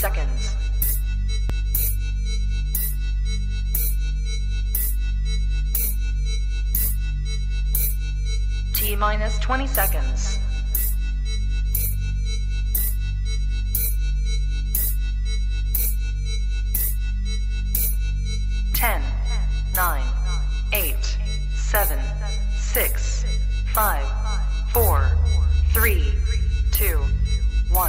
seconds. T-minus 20 seconds. Ten, 9, 8, 7, 6, 5, 4, 3, 2, 1.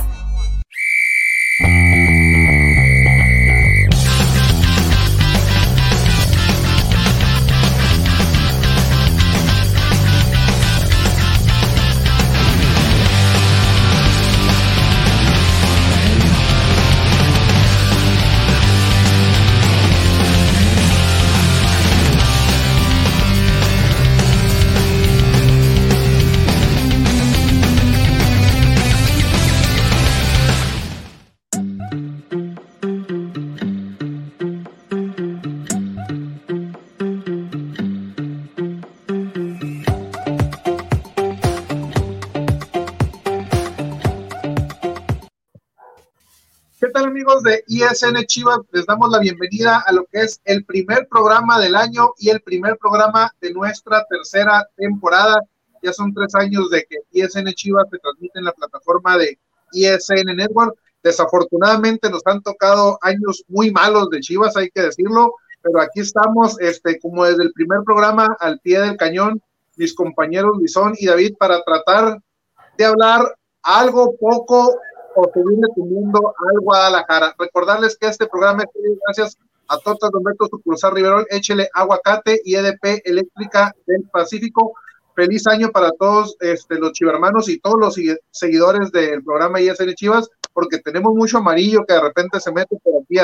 ¿Qué tal, amigos de ISN Chivas? Les damos la bienvenida a lo que es el primer programa del año y el primer programa de nuestra tercera temporada. Ya son 3 años de que ISN Chivas se transmite en la plataforma de ISN Network. Desafortunadamente nos han tocado años muy malos de Chivas, hay que decirlo, pero aquí estamos, como desde el primer programa, al pie del cañón, mis compañeros Luisón y David, para tratar de hablar algo poco o seguirle teniendo al Guadalajara. Recordarles que este programa es gracias a Tortas Don Beto, Sucursal Riverol, Échele Aguacate y EDP Eléctrica del Pacífico. Feliz año para todos los chivermanos y todos los seguidores del programa ISN Chivas, porque tenemos mucho amarillo que de repente se mete por aquí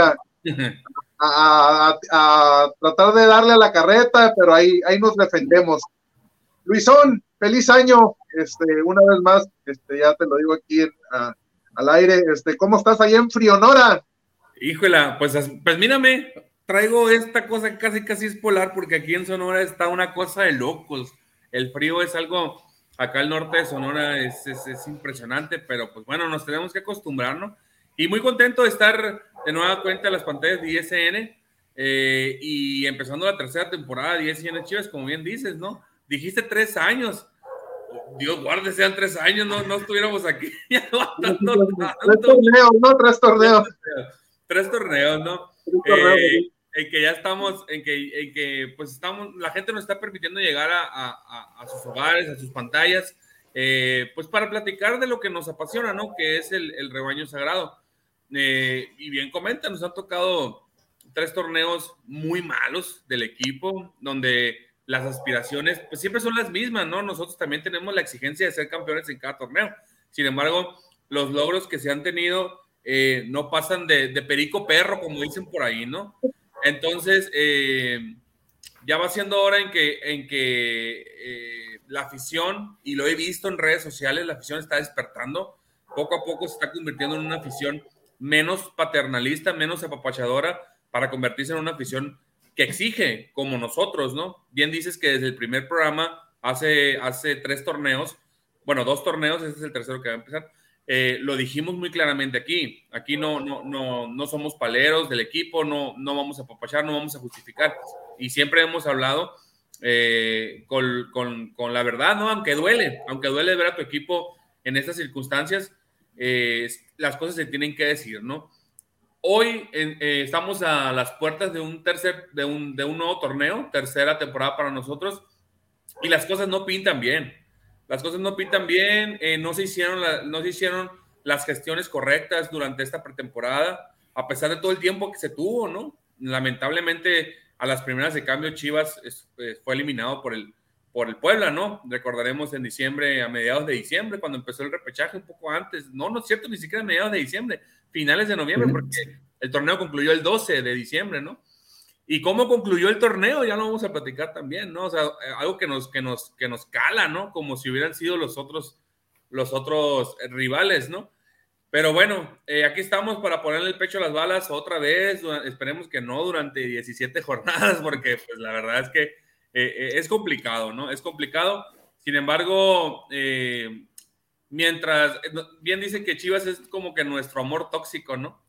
a tratar de darle a la carreta, pero ahí nos defendemos. Luisón, feliz año, una vez más, ya te lo digo aquí al aire, ¿cómo estás allá en Frionora? Híjola, pues mírame, traigo esta cosa casi es polar, porque aquí en Sonora está una cosa de locos. El frío es algo, acá al norte de Sonora es impresionante, pero pues bueno, nos tenemos que acostumbrar, ¿no? Y muy contento de estar de nueva cuenta en las pantallas de ISN y empezando la tercera temporada de ISN Chivas, como bien dices, ¿no? Dijiste 3 años. Dios guarde, sean 3 años, no estuviéramos aquí. Ya no, tanto. 3 torneos, ¿no? 3 torneos. 3 torneos, ¿no? En que ya estamos, en que pues estamos, la gente nos está permitiendo llegar a sus hogares, a sus pantallas, pues para platicar de lo que nos apasiona, ¿no? Que es el rebaño sagrado. Y bien comenta, nos han tocado 3 torneos muy malos del equipo, donde las aspiraciones pues siempre son las mismas, ¿no? Nosotros también tenemos la exigencia de ser campeones en cada torneo. Sin embargo, los logros que se han tenido no pasan de perico perro, como dicen por ahí, ¿no? Entonces, ya va siendo hora en que la afición, y lo he visto en redes sociales, la afición está despertando. Poco a poco se está convirtiendo en una afición menos paternalista, menos apapachadora, para convertirse en una afición que exige, como nosotros, ¿no? Bien dices que desde el primer programa, hace 3 torneos, bueno, 2 torneos, este es el tercero que va a empezar, lo dijimos muy claramente aquí no somos paleros del equipo, no vamos a apapachar, no vamos a justificar, y siempre hemos hablado con la verdad, ¿no? Aunque duele ver a tu equipo en estas circunstancias, las cosas se tienen que decir, ¿no? Hoy estamos a las puertas de un nuevo torneo, tercera temporada para nosotros, y las cosas no pintan bien. No se hicieron las gestiones correctas durante esta pretemporada, a pesar de todo el tiempo que se tuvo, ¿no? Lamentablemente, a las primeras de cambio, Chivas fue eliminado por el Puebla, ¿no? Recordaremos en diciembre, a mediados de diciembre, cuando empezó el repechaje, un poco antes. No es cierto, ni siquiera a mediados de diciembre, finales de noviembre, porque el torneo concluyó el 12 de diciembre, ¿no? Y cómo concluyó el torneo, ya lo vamos a platicar también, ¿no? O sea, algo que nos cala, ¿no? Como si hubieran sido los otros rivales, ¿no? Pero bueno, aquí estamos para ponerle el pecho a las balas otra vez. Esperemos que no durante 17 jornadas, porque pues la verdad es que es complicado, ¿no? Es complicado. Sin embargo, mientras, bien dicen que Chivas es como que nuestro amor tóxico, ¿no?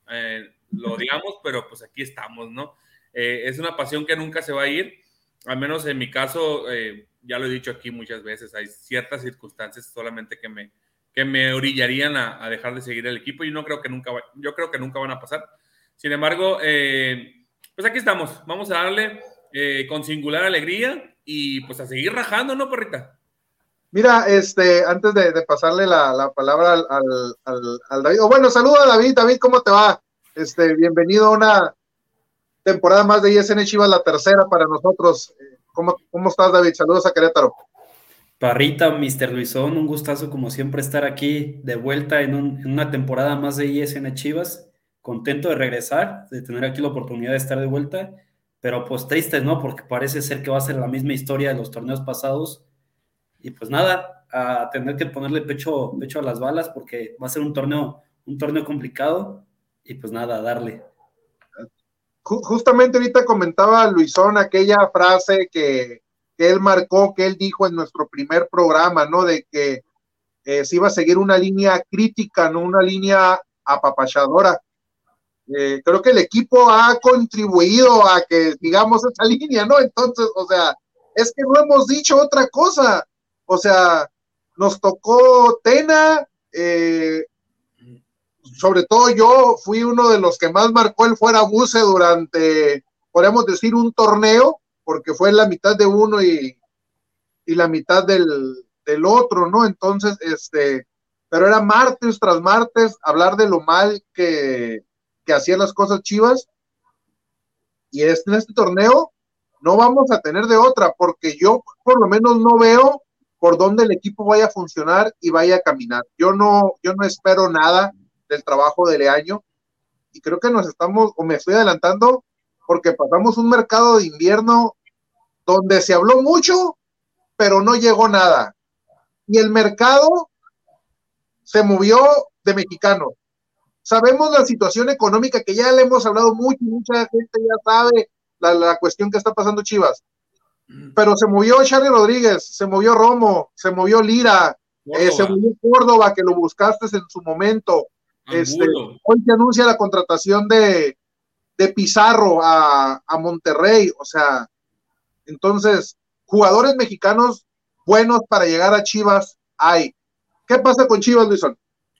lo digamos, pero pues aquí estamos, ¿no? Es una pasión que nunca se va a ir, al menos en mi caso, ya lo he dicho aquí muchas veces, hay ciertas circunstancias solamente que me orillarían a dejar de seguir el equipo y yo creo que nunca van a pasar. Sin embargo, pues aquí estamos, vamos a darle con singular alegría y pues a seguir rajando, ¿no, Porrita? Mira, antes de pasarle la palabra al David, bueno, saluda a David. David, ¿cómo te va? Bienvenido a una temporada más de ISN Chivas, la tercera para nosotros. ¿Cómo estás, David? Saludos a Querétaro. Parrita, Mr. Luisón, un gustazo como siempre estar aquí de vuelta en una temporada más de ISN Chivas. Contento de regresar, de tener aquí la oportunidad de estar de vuelta, pero pues triste, ¿no? Porque parece ser que va a ser la misma historia de los torneos pasados. Y pues nada, a tener que ponerle pecho a las balas porque va a ser un torneo complicado y pues nada, a darle. Justamente ahorita comentaba Luisón aquella frase que él marcó, que él dijo en nuestro primer programa, ¿no? De que se iba a seguir una línea crítica, no una línea apapachadora. Creo que el equipo ha contribuido a que digamos esa línea, ¿no? Entonces, o sea, es que no hemos dicho otra cosa. O sea, nos tocó Tena, sobre todo yo fui uno de los que más marcó el fuera buce durante, podemos decir, un torneo, porque fue la mitad de uno y la mitad del otro, ¿no? Entonces, pero era martes tras martes hablar de lo mal que hacían las cosas Chivas, y en este torneo no vamos a tener de otra, porque yo por lo menos no veo por dónde el equipo vaya a funcionar y vaya a caminar. Yo no espero nada del trabajo de Leaño, y creo que me estoy adelantando, porque pasamos un mercado de invierno donde se habló mucho, pero no llegó nada, y el mercado se movió de mexicanos. Sabemos la situación económica que ya le hemos hablado mucho, mucha gente ya sabe la cuestión que está pasando Chivas, pero se movió Charly Rodríguez, se movió Romo, se movió Lira, se movió Córdoba, que lo buscaste en su momento. Hoy se anuncia la contratación de Pizarro a Monterrey. O sea, entonces, jugadores mexicanos buenos para llegar a Chivas hay. ¿Qué pasa con Chivas, Luisón?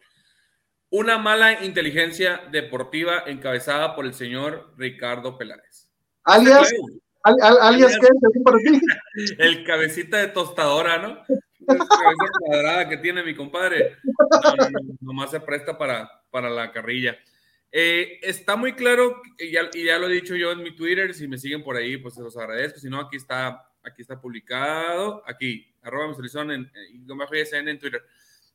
Una mala inteligencia deportiva encabezada por el señor Ricardo Peláez. Alias ¿qué? Para ti. El cabecita de tostadora, ¿no? Esa cabeza cuadrada que tiene mi compadre. Nomás se presta para la carrilla. Está muy claro, y ya lo he dicho yo en mi Twitter, si me siguen por ahí, pues se los agradezco. Si no, aquí está publicado, aquí, @MrLuisón en ISN en Twitter.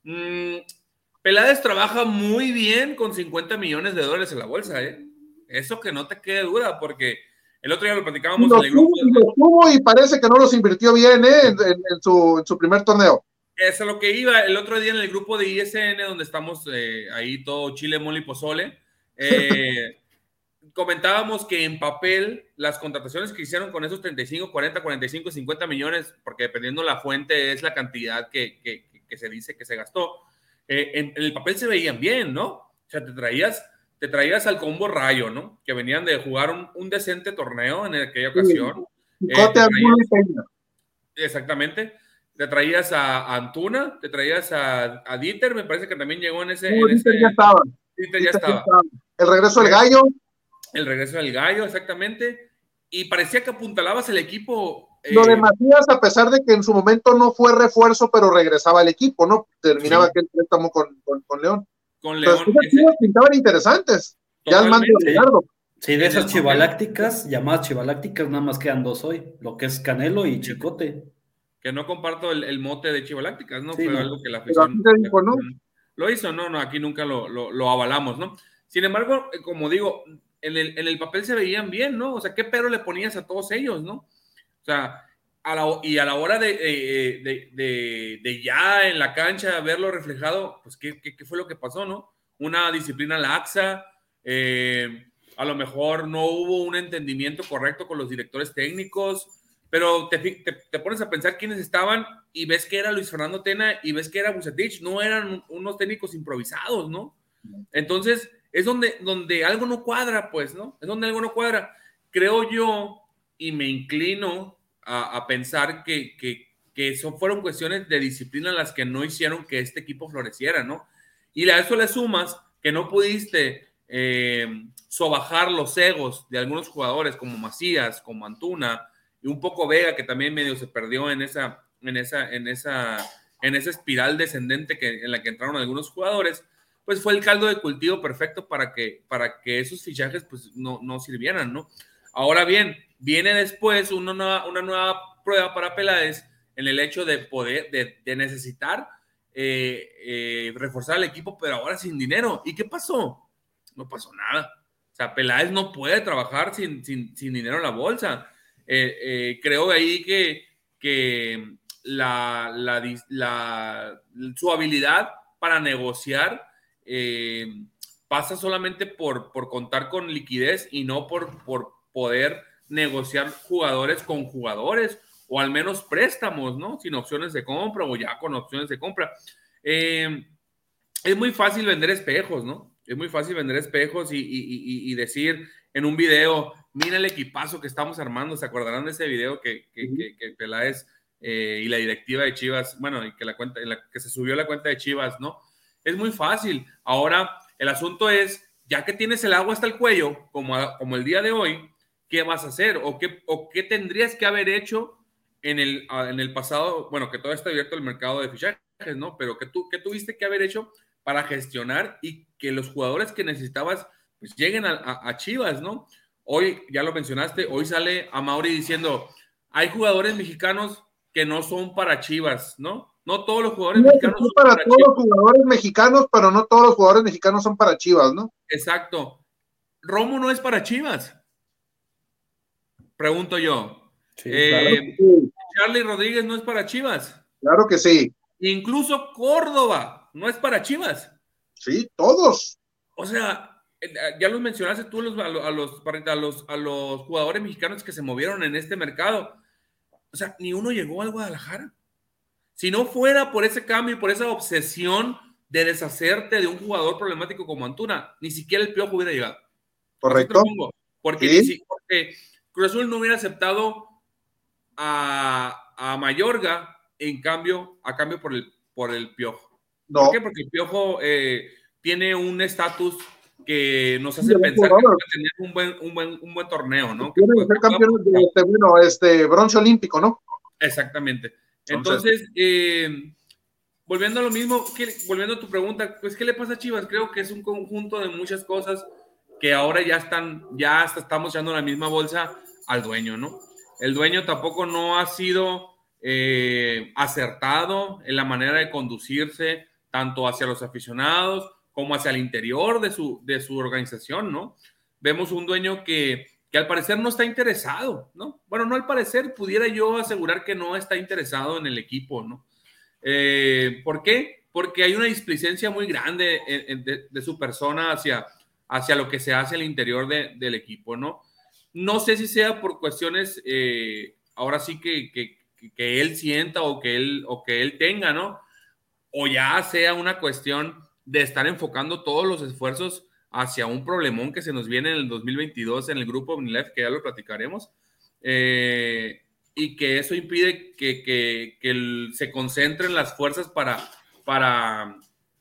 Peláez trabaja muy bien con $50 millones en la bolsa, ¿eh? Eso que no te quede duda, porque el otro día lo platicábamos en el grupo. Y parece que no los invirtió bien, en su primer torneo. Eso es lo que iba. El otro día en el grupo de ISN, donde estamos ahí todo chile, mole y pozole, comentábamos que en papel las contrataciones que hicieron con esos 35, 40, 45, 50 millones, porque dependiendo la fuente es la cantidad que se dice que se gastó, en el papel se veían bien, ¿no? O sea, te traías al combo Rayo, ¿no? Que venían de jugar un decente torneo en aquella ocasión. Exactamente. Te traías a Antuna, te traías a Dieter, me parece que también llegó en ese... Dieter ya estaba. Dieter ya estaba. El regreso del Gallo. El regreso del Gallo, exactamente. Y parecía que apuntalabas el equipo. Lo de Matías, a pesar de que en su momento no fue refuerzo, pero regresaba al equipo, ¿no? Terminaba aquel préstamo con León. Con León. Entonces, pintaban interesantes. Totalmente. Ya al mando de Ricardo. Sí, de esas chivalácticas, llamadas chivalácticas, nada más quedan dos hoy, lo que es Canelo y Chicote. Que no comparto el mote de chivalácticas, ¿no? Sí, fue no. Algo que la afición dijo, ¿no? Lo hizo, no, aquí nunca lo avalamos, ¿no? Sin embargo, como digo, en el papel se veían bien, ¿no? O sea, ¿qué pero le ponías a todos ellos, no? O sea, a la hora de ya en la cancha verlo reflejado, pues, ¿qué fue lo que pasó, no? Una disciplina laxa, a lo mejor no hubo un entendimiento correcto con los directores técnicos, pero te pones a pensar quiénes estaban y ves que era Luis Fernando Tena y ves que era Vucetich, no eran unos técnicos improvisados, ¿no? Entonces, es donde algo no cuadra, pues, ¿no? Es donde algo no cuadra. Creo yo, y me inclino a pensar que fueron cuestiones de disciplina las que no hicieron que este equipo floreciera, ¿no? Y a eso le sumas que no pudiste sobajar los egos de algunos jugadores como Macías, como Antuna, y un poco Vega, que también medio se perdió en esa espiral descendente en la que entraron algunos jugadores. Pues fue el caldo de cultivo perfecto para que esos fichajes pues no sirvieran, ¿no? Ahora bien, viene después una nueva prueba para Peláez en el hecho de poder, de necesitar reforzar al equipo, pero ahora sin dinero. ¿Y qué pasó? No pasó nada. O sea, Peláez no puede trabajar sin dinero en la bolsa. Creo ahí que su habilidad para negociar pasa solamente por contar con liquidez y no por poder negociar jugadores con jugadores, o al menos préstamos, ¿no? Sin opciones de compra o ya con opciones de compra. Es muy fácil vender espejos, ¿no? Es muy fácil vender espejos y decir en un video, mira el equipazo que estamos armando. ¿Se acordarán de ese video que Peláez y la directiva de Chivas, bueno, y que se subió la cuenta de Chivas, ¿no? Es muy fácil. Ahora, el asunto es, ya que tienes el agua hasta el cuello, como el día de hoy, ¿qué vas a hacer? ¿O qué tendrías que haber hecho en el pasado? Bueno, que todavía está abierto el mercado de fichajes, ¿no? Pero ¿qué tuviste que haber hecho para gestionar y que los jugadores que necesitabas pues lleguen a Chivas, ¿no? Hoy, ya lo mencionaste, hoy sale Amaury diciendo, hay jugadores mexicanos que no son para Chivas, ¿no? No todos los jugadores mexicanos son para todos Chivas. Los jugadores mexicanos, pero no todos los jugadores mexicanos son para Chivas, ¿no? Exacto. Romo no es para Chivas. Pregunto yo. Sí, claro que sí. Charlie Rodríguez no es para Chivas. Claro que sí. Incluso Córdoba no es para Chivas. Sí, todos. O sea, ya los mencionaste tú a los jugadores mexicanos que se movieron en este mercado. O sea, ni uno llegó al Guadalajara. Si no fuera por ese cambio y por esa obsesión de deshacerte de un jugador problemático como Antuna, ni siquiera el Piojo hubiera llegado. Correcto. Porque Cruz Azul no hubiera aceptado a Mayorga a cambio por el Piojo. No. ¿Por qué? Porque el Piojo tiene un estatus que nos hace pensar que puede tener un buen torneo, ¿no? Tiene que ser campeón de bronce olímpico, ¿no? Exactamente. Entonces, volviendo a lo mismo, volviendo a tu pregunta, pues, ¿qué le pasa a Chivas? Creo que es un conjunto de muchas cosas que ahora ya hasta estamos echando la misma bolsa al dueño, ¿no? El dueño tampoco no ha sido acertado en la manera de conducirse tanto hacia los aficionados como hacia el interior de su organización, ¿no? Vemos un dueño que al parecer no está interesado, ¿no? Bueno, no al parecer, pudiera yo asegurar que no está interesado en el equipo, ¿no? ¿Por qué? Porque hay una displicencia muy grande de su persona hacia lo que se hace al interior del equipo, ¿no? No sé si sea por cuestiones, ahora sí que él sienta o que él tenga, ¿no? O ya sea una cuestión de estar enfocando todos los esfuerzos hacia un problemón que se nos viene en el 2022 en el grupo OmniLife, que ya lo platicaremos, y que eso impide que se concentren las fuerzas para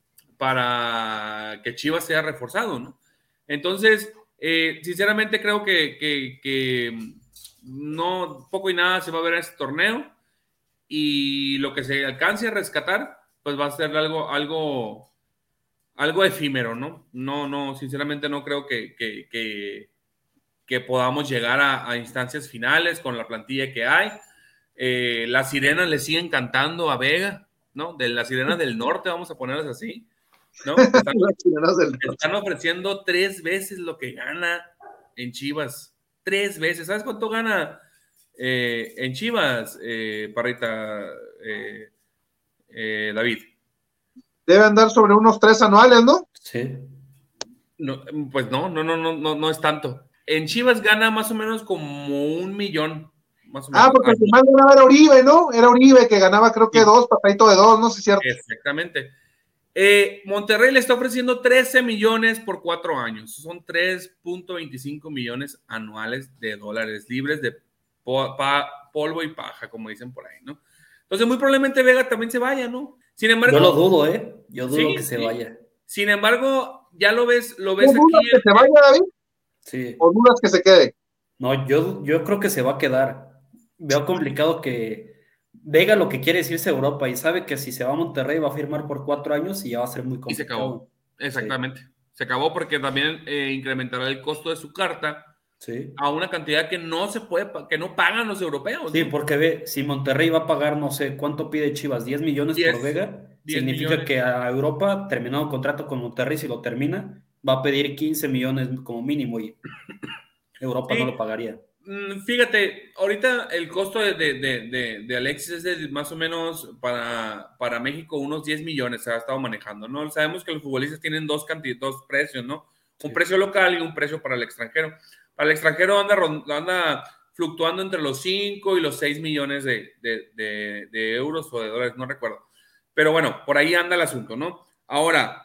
que Chivas sea reforzado, ¿no? Entonces, sinceramente creo que no, poco y nada se va a ver en este torneo, y lo que se alcance a rescatar, pues va a ser algo efímero, ¿no? No, sinceramente no creo que podamos llegar a instancias finales con la plantilla que hay. Las sirenas le siguen cantando a Vega, ¿no? De las sirenas del norte, vamos a ponerlas así, ¿no? Están ofreciendo 3 veces lo que gana en Chivas. 3 veces. ¿Sabes cuánto gana en Chivas, Parrita, David? Debe andar sobre unos 3 anuales, ¿no? Sí. No, pues no es tanto. En Chivas gana más o menos como 1 millón. Más o menos. Porque al final ganaba era Uribe, ¿no? Era Uribe que ganaba creo que 2, pasadito de 2, no sé si es cierto. Exactamente. Monterrey le está ofreciendo 13 millones por 4 años. Son 3.25 millones anuales de dólares libres de polvo y paja, como dicen por ahí, ¿no? Entonces, muy probablemente Vega también se vaya, ¿no? Sin embargo... Yo lo dudo, ¿eh? Yo dudo que se vaya. Sin embargo, ya lo ves ¿No aquí... dudas que se vaya, David? Sí. ¿O dudas que se quede? No, yo creo que se va a quedar. Veo complicado que Vega lo que quiere es irse a Europa y sabe que si se va a Monterrey va a firmar por 4 años y ya va a ser muy complicado. Y se acabó. Exactamente. Sí. Se acabó porque también incrementará el costo de su carta a una cantidad que no se puede, que no pagan los europeos. Sí, ¿no? porque si Monterrey va a pagar, no sé, ¿cuánto pide Chivas? 10 millones por Vega. 10 significa millones. Que a Europa, terminado contrato con Monterrey, si lo termina, va a pedir 15 millones como mínimo y Europa no lo pagaría. Fíjate, ahorita el costo de Alexis es de más o menos para México unos 10 millones se ha estado manejando, ¿no? Sabemos que los futbolistas tienen dos precios, ¿no? Un precio local y un precio para el extranjero. Para el extranjero anda fluctuando entre los 5 y los 6 millones de euros o de dólares, no recuerdo. Pero bueno, por ahí anda el asunto, ¿no? Ahora,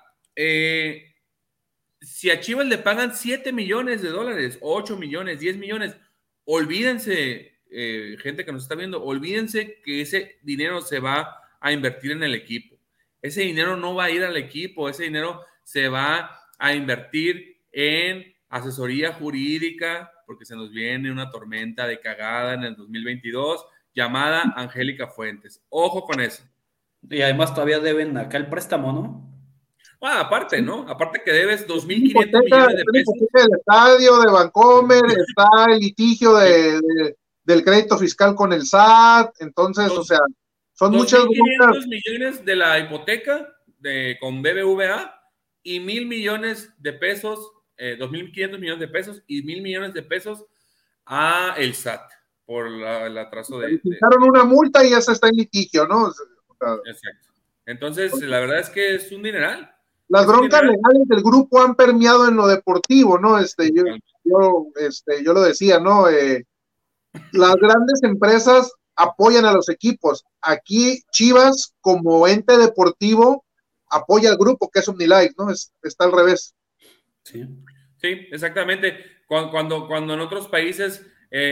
si a Chivas le pagan 7 millones de dólares, 8 millones, 10 millones, olvídense, gente que nos está viendo, olvídense que ese dinero se va a invertir en el equipo. Ese dinero no va a ir al equipo, ese dinero se va a invertir en asesoría jurídica, porque se nos viene una tormenta de cagada en el 2022 llamada Angélica Fuentes. Ojo con eso. Y además todavía deben acá el préstamo, ¿no? Aparte, ¿no? Aparte que debes 2.500 millones de pesos. El estadio de Vancomer, está el litigio del crédito fiscal con el SAT, entonces, o sea, son muchas... 2.500 millones de la hipoteca con BBVA y 1,000 millones de pesos, 2.500 millones de pesos y 1,000 millones de pesos a el SAT por el atraso de... Quitaron una multa y ya se está en litigio, ¿no? O sea, exacto. Entonces, la verdad es que es un dineral. Las broncas legales del grupo han permeado en lo deportivo, ¿no? Yo lo decía, ¿no? Las grandes empresas apoyan a los equipos. Aquí Chivas, como ente deportivo, apoya al grupo, que es OmniLife, ¿no? Está al revés. Sí, exactamente. Cuando en otros países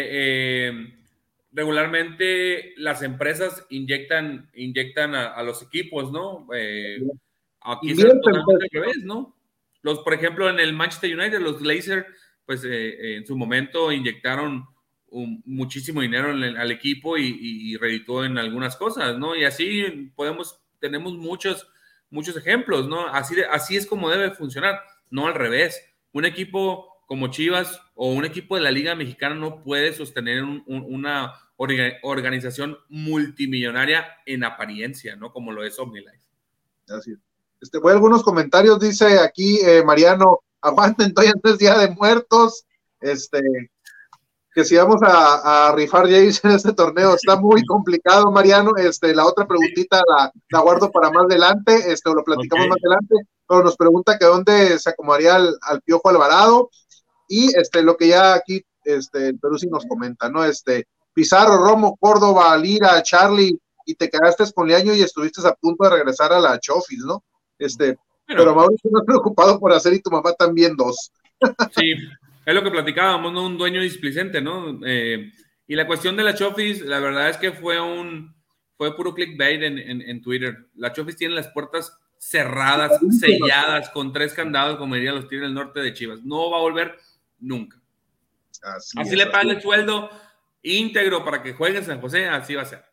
regularmente las empresas inyectan a los equipos, ¿no? Aquí es totalmente al revés, ¿no? Por ejemplo, en el Manchester United, los Glazers, pues en su momento inyectaron muchísimo dinero al equipo y reditó en algunas cosas, ¿no? Y así tenemos muchos ejemplos, ¿no? Así es como debe funcionar, no al revés. Un equipo como Chivas o un equipo de la Liga Mexicana no puede sostener una organización multimillonaria en apariencia, ¿no? Como lo es OmniLife. Así es. Voy a algunos comentarios, dice aquí Mariano, aguanten, todavía no es Día de Muertos, que si vamos a rifar Jays en este torneo, está muy complicado, Mariano, la otra preguntita la guardo para más adelante, lo platicamos más adelante, pero nos pregunta que dónde se acomodaría al Piojo Alvarado, y lo que ya aquí, el Perú sí nos comenta, ¿no? Pizarro, Romo, Córdoba, Lira, Charlie, y te quedaste con Leaño y estuviste a punto de regresar a la Chofis, ¿no? Pero Mauricio no es preocupado por hacer y tu mamá también 2. Sí, es lo que platicábamos, ¿no? Un dueño displicente, ¿no? Y la cuestión de la Chofis, la verdad es que fue puro clickbait en Twitter. La Chofis tiene las puertas cerradas, selladas, con 3 candados, como dirían los Tigres del Norte de Chivas. No va a volver nunca. Así le paga el sueldo íntegro para que juegue en San José, así va a ser.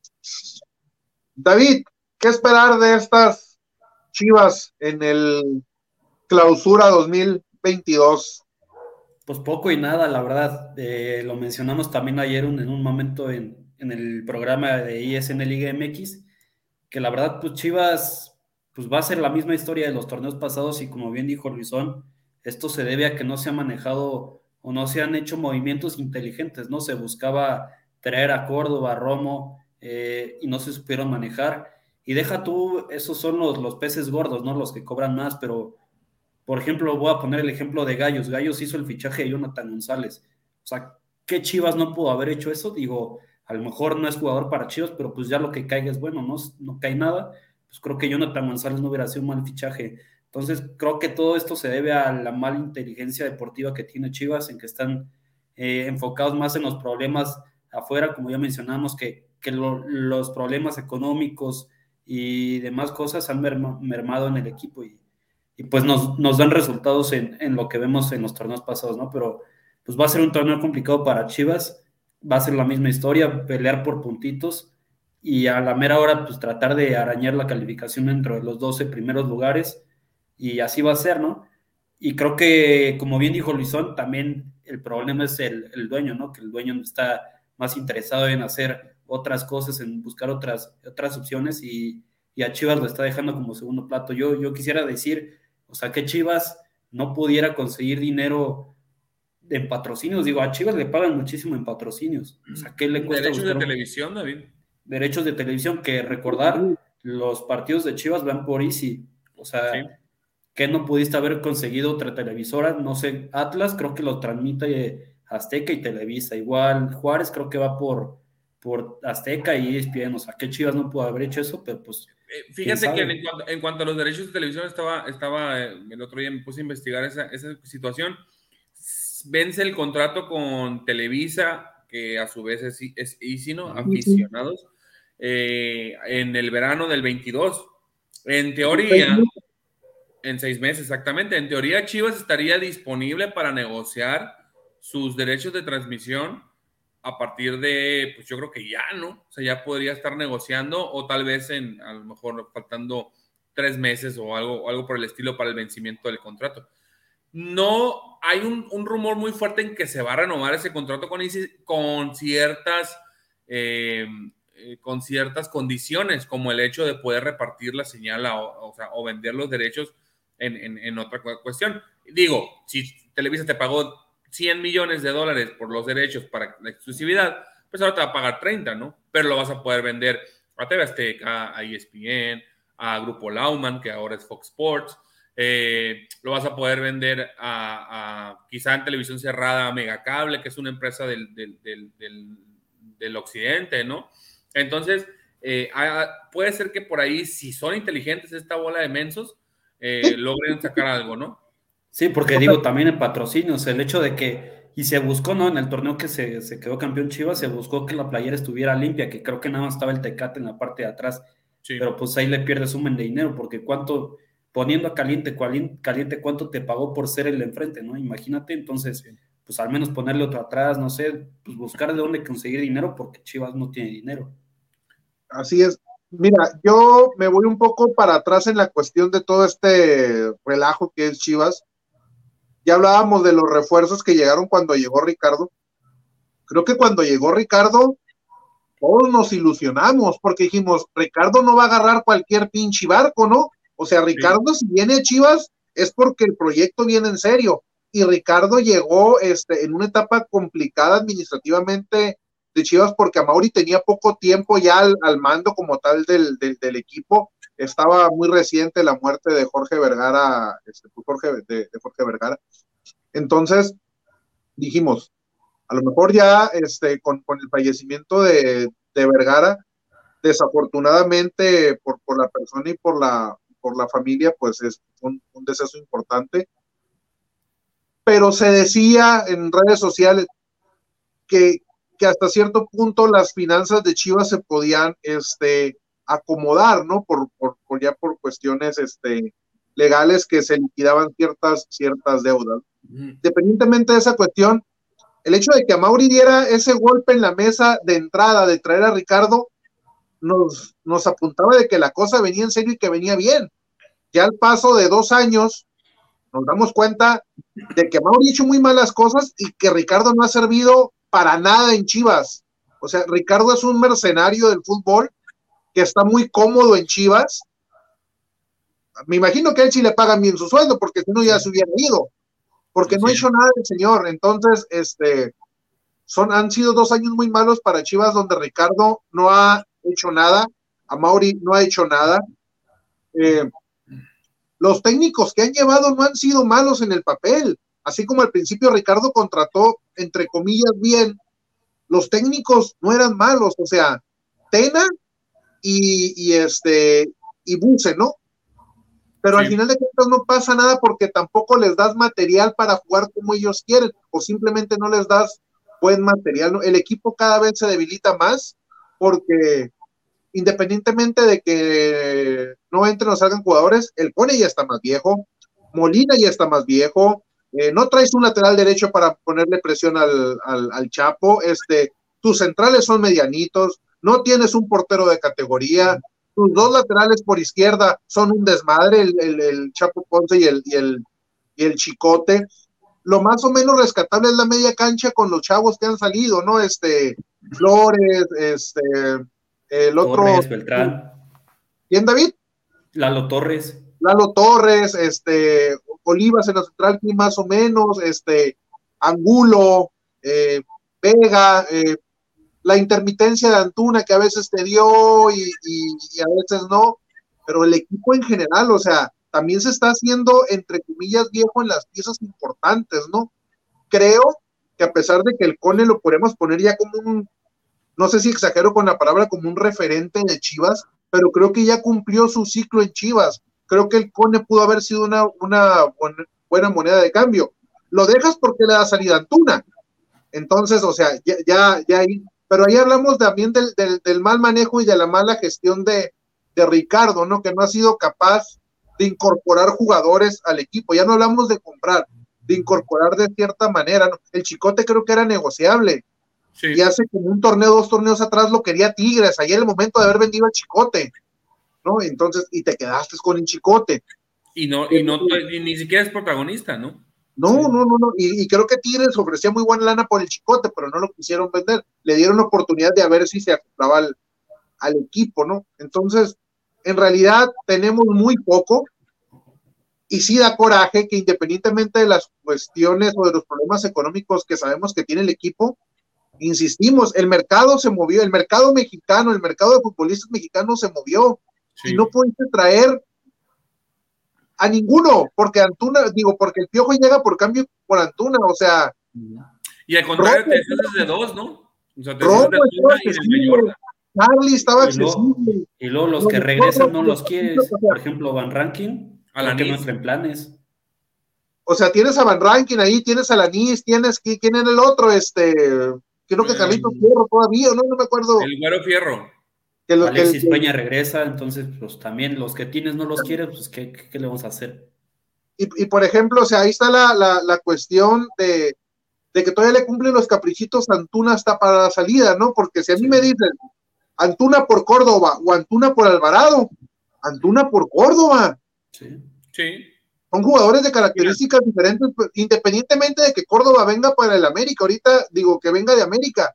David, ¿qué esperar de estas Chivas en el Clausura 2022? Pues poco y nada, la verdad. Lo mencionamos también ayer en un momento en el programa de ESN Liga MX, que la verdad, pues Chivas pues va a ser la misma historia de los torneos pasados y como bien dijo Luisón, esto se debe a que no se ha manejado o no se han hecho movimientos inteligentes, ¿no? Se buscaba traer a Córdoba, a Romo, y no se supieron manejar. Y deja tú, esos son los peces gordos, ¿no? Los que cobran más, pero, por ejemplo, voy a poner el ejemplo de Gallos. Gallos hizo el fichaje de Jonathan González. O sea, ¿qué Chivas no pudo haber hecho eso? Digo, a lo mejor no es jugador para Chivas, pero pues ya lo que caiga es bueno, no cae nada. pues creo que Jonathan González no hubiera sido un mal fichaje. Entonces, creo que todo esto se debe a la mala inteligencia deportiva que tiene Chivas, en que están enfocados más en los problemas afuera, como ya mencionamos, que los problemas económicos y demás cosas han mermado en el equipo y pues nos dan resultados en lo que vemos en los torneos pasados, ¿no? Pero pues va a ser un torneo complicado para Chivas, va a ser la misma historia, pelear por puntitos y a la mera hora pues tratar de arañar la calificación dentro de los 12 primeros lugares y así va a ser, ¿no? Y creo que, como bien dijo Luisón, también el problema es el dueño, ¿no? Que el dueño está más interesado en hacer otras cosas, en buscar otras opciones y a Chivas lo está dejando como segundo plato. Yo quisiera decir, o sea, que Chivas no pudiera conseguir dinero en patrocinios. Digo, a Chivas le pagan muchísimo en patrocinios. O sea, ¿qué le cuesta derechos buscar de televisión, David? Derechos de televisión, que recordar, los partidos de Chivas van por Easy. O sea, Sí. ¿qué no pudiste haber conseguido otra televisora? No sé, Atlas creo que lo transmite Azteca y Televisa. Igual Juárez creo que va por Azteca y ESPN. O sea, ¿qué Chivas no pudo haber hecho eso? Pero pues Fíjate que en cuanto a los derechos de televisión, estaba el otro día me puse a investigar esa situación. Vence el contrato con Televisa, que a su vez es Easy, ¿no? Aficionados, en el verano del 22. En teoría, en 6 meses, exactamente. En teoría, Chivas estaría disponible para negociar sus derechos de transmisión a partir de, pues yo creo que ya, ¿no? O sea, ya podría estar negociando o tal vez a lo mejor faltando 3 meses o algo por el estilo para el vencimiento del contrato. No, hay un rumor muy fuerte en que se va a renovar ese contrato con ciertas condiciones, como el hecho de poder repartir la señal o vender los derechos en otra cuestión. Digo, si Televisa te pagó $100 millones por los derechos para la exclusividad, pues ahora te va a pagar 30, ¿no? Pero lo vas a poder vender a TV Azteca, a ESPN, a Grupo Lauman, que ahora es Fox Sports, lo vas a poder vender quizá en televisión cerrada a Megacable, que es una empresa del occidente, ¿no? Entonces, puede ser que por ahí, si son inteligentes esta bola de mensos, logren sacar algo, ¿no? Sí, porque digo, también en patrocinios, el hecho de que, y se buscó, ¿no? En el torneo que se quedó campeón Chivas, se buscó que la playera estuviera limpia, que creo que nada más estaba el Tecate en la parte de atrás, sí. Pero pues ahí le pierdes un buen de dinero, porque poniendo a caliente, ¿cuánto te pagó por ser el enfrente, no? Imagínate, entonces, pues al menos ponerle otro atrás, no sé, pues buscar de dónde conseguir dinero, porque Chivas no tiene dinero. Así es. Mira, yo me voy un poco para atrás en la cuestión de todo este relajo que es Chivas. Ya hablábamos de los refuerzos que llegaron cuando llegó Ricardo. Creo que cuando llegó Ricardo, todos nos ilusionamos, porque dijimos, Ricardo no va a agarrar cualquier pinche barco, ¿no? O sea, Ricardo, si viene a Chivas, es porque el proyecto viene en serio. Y Ricardo llegó en una etapa complicada administrativamente de Chivas, porque Amaury tenía poco tiempo ya al mando como tal del equipo. Estaba muy reciente la muerte de Jorge Vergara, de Jorge Vergara. Entonces, dijimos, a lo mejor ya con el fallecimiento de Vergara, desafortunadamente por la persona y por la familia, pues es un deceso importante. Pero se decía en redes sociales que hasta cierto punto las finanzas de Chivas se podían acomodar, ¿no? Por cuestiones legales, que se liquidaban ciertas deudas. Independientemente de esa cuestión, el hecho de que Amaury diera ese golpe en la mesa de entrada de traer a Ricardo nos apuntaba de que la cosa venía en serio y que venía bien. Ya al paso de 2 años nos damos cuenta de que Amaury ha hecho muy malas cosas y que Ricardo no ha servido para nada en Chivas. O sea, Ricardo es un mercenario del fútbol que está muy cómodo en Chivas. Me imagino que a él sí le pagan bien su sueldo, porque si no ya se hubiera ido, porque no ha hecho nada el señor. Entonces, han sido 2 años muy malos para Chivas, donde Ricardo no ha hecho nada, Amaury no ha hecho nada. Los técnicos que han llevado no han sido malos en el papel, así como al principio Ricardo contrató, entre comillas, bien, los técnicos no eran malos. O sea, Tena y y Buse, ¿no? Pero al final de cuentas no pasa nada porque tampoco les das material para jugar como ellos quieren, o simplemente no les das buen material, ¿no? El equipo cada vez se debilita más porque independientemente de que no entren o salgan jugadores, el Cone ya está más viejo, Molina ya está más viejo, no traes un lateral derecho para ponerle presión al Chapo, tus centrales son medianitos, no tienes un portero de categoría, tus dos laterales por izquierda son un desmadre, el Chapo Ponce y el Chicote. Lo más o menos rescatable es la media cancha con los chavos que han salido, ¿no? Flores, el otro. Torres, Beltrán. ¿Quién, David? Lalo Torres, Olivas en la central, más o menos, Angulo, Vega, la intermitencia de Antuna que a veces te dio y a veces no, pero el equipo en general, o sea, también se está haciendo, entre comillas, viejo en las piezas importantes, ¿no? Creo que a pesar de que el Cone lo podemos poner ya como no sé si exagero con la palabra, como un referente de Chivas, pero creo que ya cumplió su ciclo en Chivas. Creo que el Cone pudo haber sido una buena moneda de cambio. Lo dejas porque le da salida a Antuna. Entonces, o sea, ya ahí, pero ahí hablamos también del mal manejo y de la mala gestión de Ricardo, ¿no? Que no ha sido capaz de incorporar jugadores al equipo. Ya no hablamos de comprar, de incorporar de cierta manera, ¿no? El Chicote creo que era negociable. Sí. Y hace como un torneo, 2 torneos atrás lo quería Tigres, ahí era el momento de haber vendido al Chicote, ¿no? Entonces, y te quedaste con el Chicote. Y ni siquiera es protagonista, ¿no? No. Y creo que Tigres ofrecía muy buena lana por el Chicote, pero no lo quisieron vender. Le dieron oportunidad de a ver si se acoplaba al equipo, ¿no? Entonces, en realidad tenemos muy poco, y sí da coraje que independientemente de las cuestiones o de los problemas económicos que sabemos que tiene el equipo, insistimos, el mercado se movió, el mercado mexicano, el mercado de futbolistas mexicanos se movió, y no pudiste traer a ninguno, porque el Piojo llega por cambio por Antuna, o sea. Y al contrario, te deshaces de 2, ¿no? O sea, te deshaces de Antuna y de Mayorga. Charlie estaba accesible. Y luego los que regresan no los quieres, por ejemplo, Van Rankin, que no entra en planes. O sea, tienes a Van Rankin ahí, tienes a Lanís, tienes, ¿quién era el otro? Creo que Carlitos Fierro todavía, no me acuerdo. El Güero Fierro. Alexis Peña regresa, entonces, pues también los que tienes no los quieres, pues, ¿qué le vamos a hacer? Y por ejemplo, o sea, ahí está la cuestión de que todavía le cumplen los caprichitos a Antuna hasta para la salida, ¿no? Porque si a mí me dicen Antuna por Córdoba o Antuna por Alvarado, Antuna por Córdoba. Sí. Son jugadores de características diferentes, independientemente de que Córdoba venga para el América, ahorita digo que venga de América,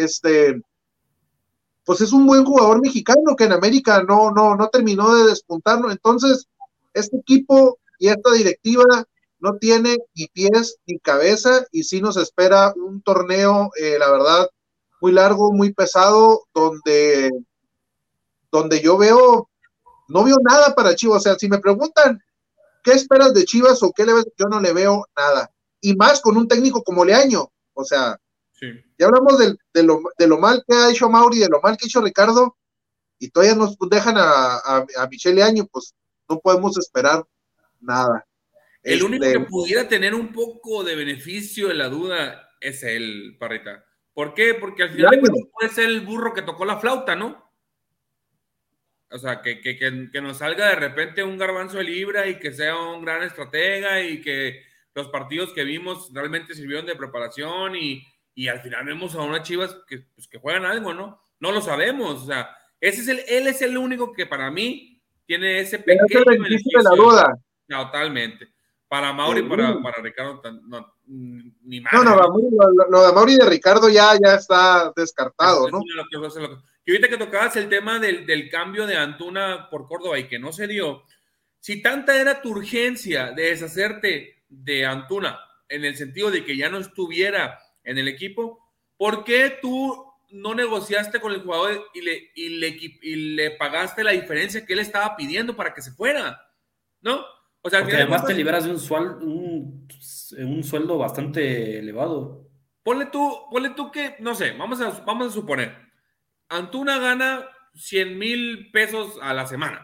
pues es un buen jugador mexicano que en América no terminó de despuntar, ¿no? Entonces, este equipo y esta directiva no tiene ni pies ni cabeza, y sí nos espera un torneo, la verdad, muy largo, muy pesado, donde yo no veo nada para Chivas. O sea, si me preguntan ¿qué esperas de Chivas o qué le ves? Yo no le veo nada. Y más con un técnico como Leaño. O sea, ya hablamos de lo mal que ha hecho Mauri, de lo mal que ha hecho Ricardo, y todavía nos dejan a Michel Leaño, pues no podemos esperar nada. El único que pudiera tener un poco de beneficio de la duda es él, Parrita. ¿Por qué? Porque al final de cuentas puede ser el burro que tocó la flauta, ¿no? O sea, que nos salga de repente un Garbanzo de libra y que sea un gran estratega y que los partidos que vimos realmente sirvieron de preparación y al final vemos a unas Chivas que juegan algo, ¿no? No lo sabemos, o sea, él es el único que para mí tiene ese pequeño beneficio de la duda. Totalmente. Para Mauri, para Ricardo, ni más. No, lo de Mauri y de Ricardo ya está descartado, ¿no? Y ahorita que tocabas el tema del cambio de Antuna por Córdoba y que no se dio, si tanta era tu urgencia de deshacerte de Antuna, en el sentido de que ya no estuviera en el equipo, ¿por qué tú no negociaste con el jugador y le pagaste la diferencia que él estaba pidiendo para que se fuera? ¿No? O sea, porque además te liberas de un sueldo bastante elevado. Ponle tú que, no sé, vamos a suponer, Antuna gana 100,000 pesos a la semana,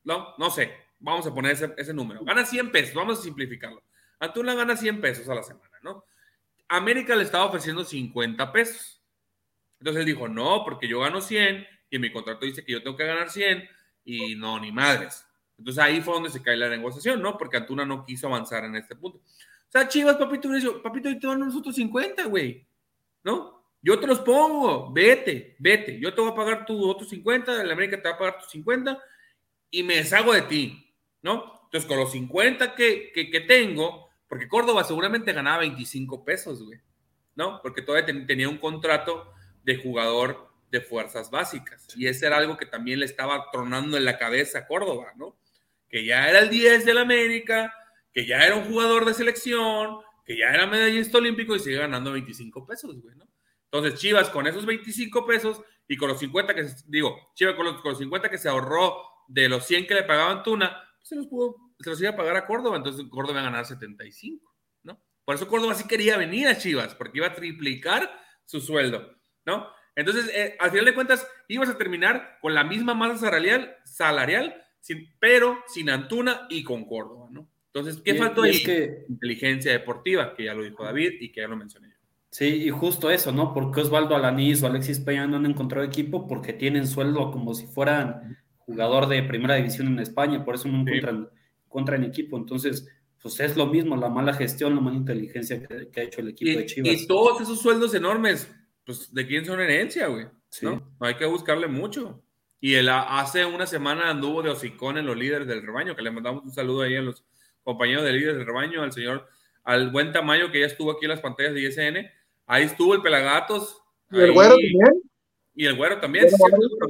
No sé, vamos a poner ese número. Gana 100 pesos, vamos a simplificarlo. Antuna gana 100 pesos a la semana, ¿no? América le estaba ofreciendo 50 pesos. Entonces él dijo, no, porque yo gano 100 y en mi contrato dice que yo tengo que ganar 100 y no, ni madres. Entonces ahí fue donde se cae la negociación, ¿no? Porque Antuna no quiso avanzar en este punto. O sea, Chivas, papito, yo te van a nosotros 50, güey, ¿no? Yo te los pongo, vete, yo te voy a pagar tus otros 50, el América te va a pagar tus 50 y me deshago de ti, ¿no? Entonces con los 50 que tengo, porque Córdoba seguramente ganaba 25 pesos, güey, ¿no? Porque todavía tenía un contrato de jugador de fuerzas básicas y ese era algo que también le estaba tronando en la cabeza a Córdoba, ¿no? Que ya era el 10 del América, que ya era un jugador de selección, que ya era medallista olímpico y sigue ganando 25 pesos, güey, ¿no? Entonces Chivas con esos 25 pesos y con los 50 Chivas con los 50 que se ahorró de los 100 que le pagaban Tuna, pues se los iba a pagar a Córdoba, entonces Córdoba iba a ganar 75, ¿no? Por eso Córdoba sí quería venir a Chivas, porque iba a triplicar su sueldo, ¿no? Entonces, al final de cuentas, ibas a terminar con la misma masa salarial pero sin Antuna y con Córdoba, ¿no? Entonces, ¿qué faltó ahí? Inteligencia deportiva, que ya lo dijo David y que ya lo mencioné yo. Sí, y justo eso, ¿no? Porque Osvaldo Alanís o Alexis Peña no han encontrado equipo porque tienen sueldo como si fueran jugador de primera división en España, por eso no encuentran equipo. Entonces, pues es lo mismo, la mala gestión, la mala inteligencia que ha hecho el equipo de Chivas. Y todos esos sueldos enormes, pues, ¿de quién son herencia, güey? Sí. ¿No? Hay que buscarle mucho. Y hace una semana anduvo de hocicón en los líderes del rebaño, que le mandamos un saludo ahí a los compañeros de líderes del rebaño, al buen Tamayo, que ya estuvo aquí en las pantallas de ISN. Ahí estuvo el Pelagatos. ¿Y el Güero también? Y el Güero también, sí,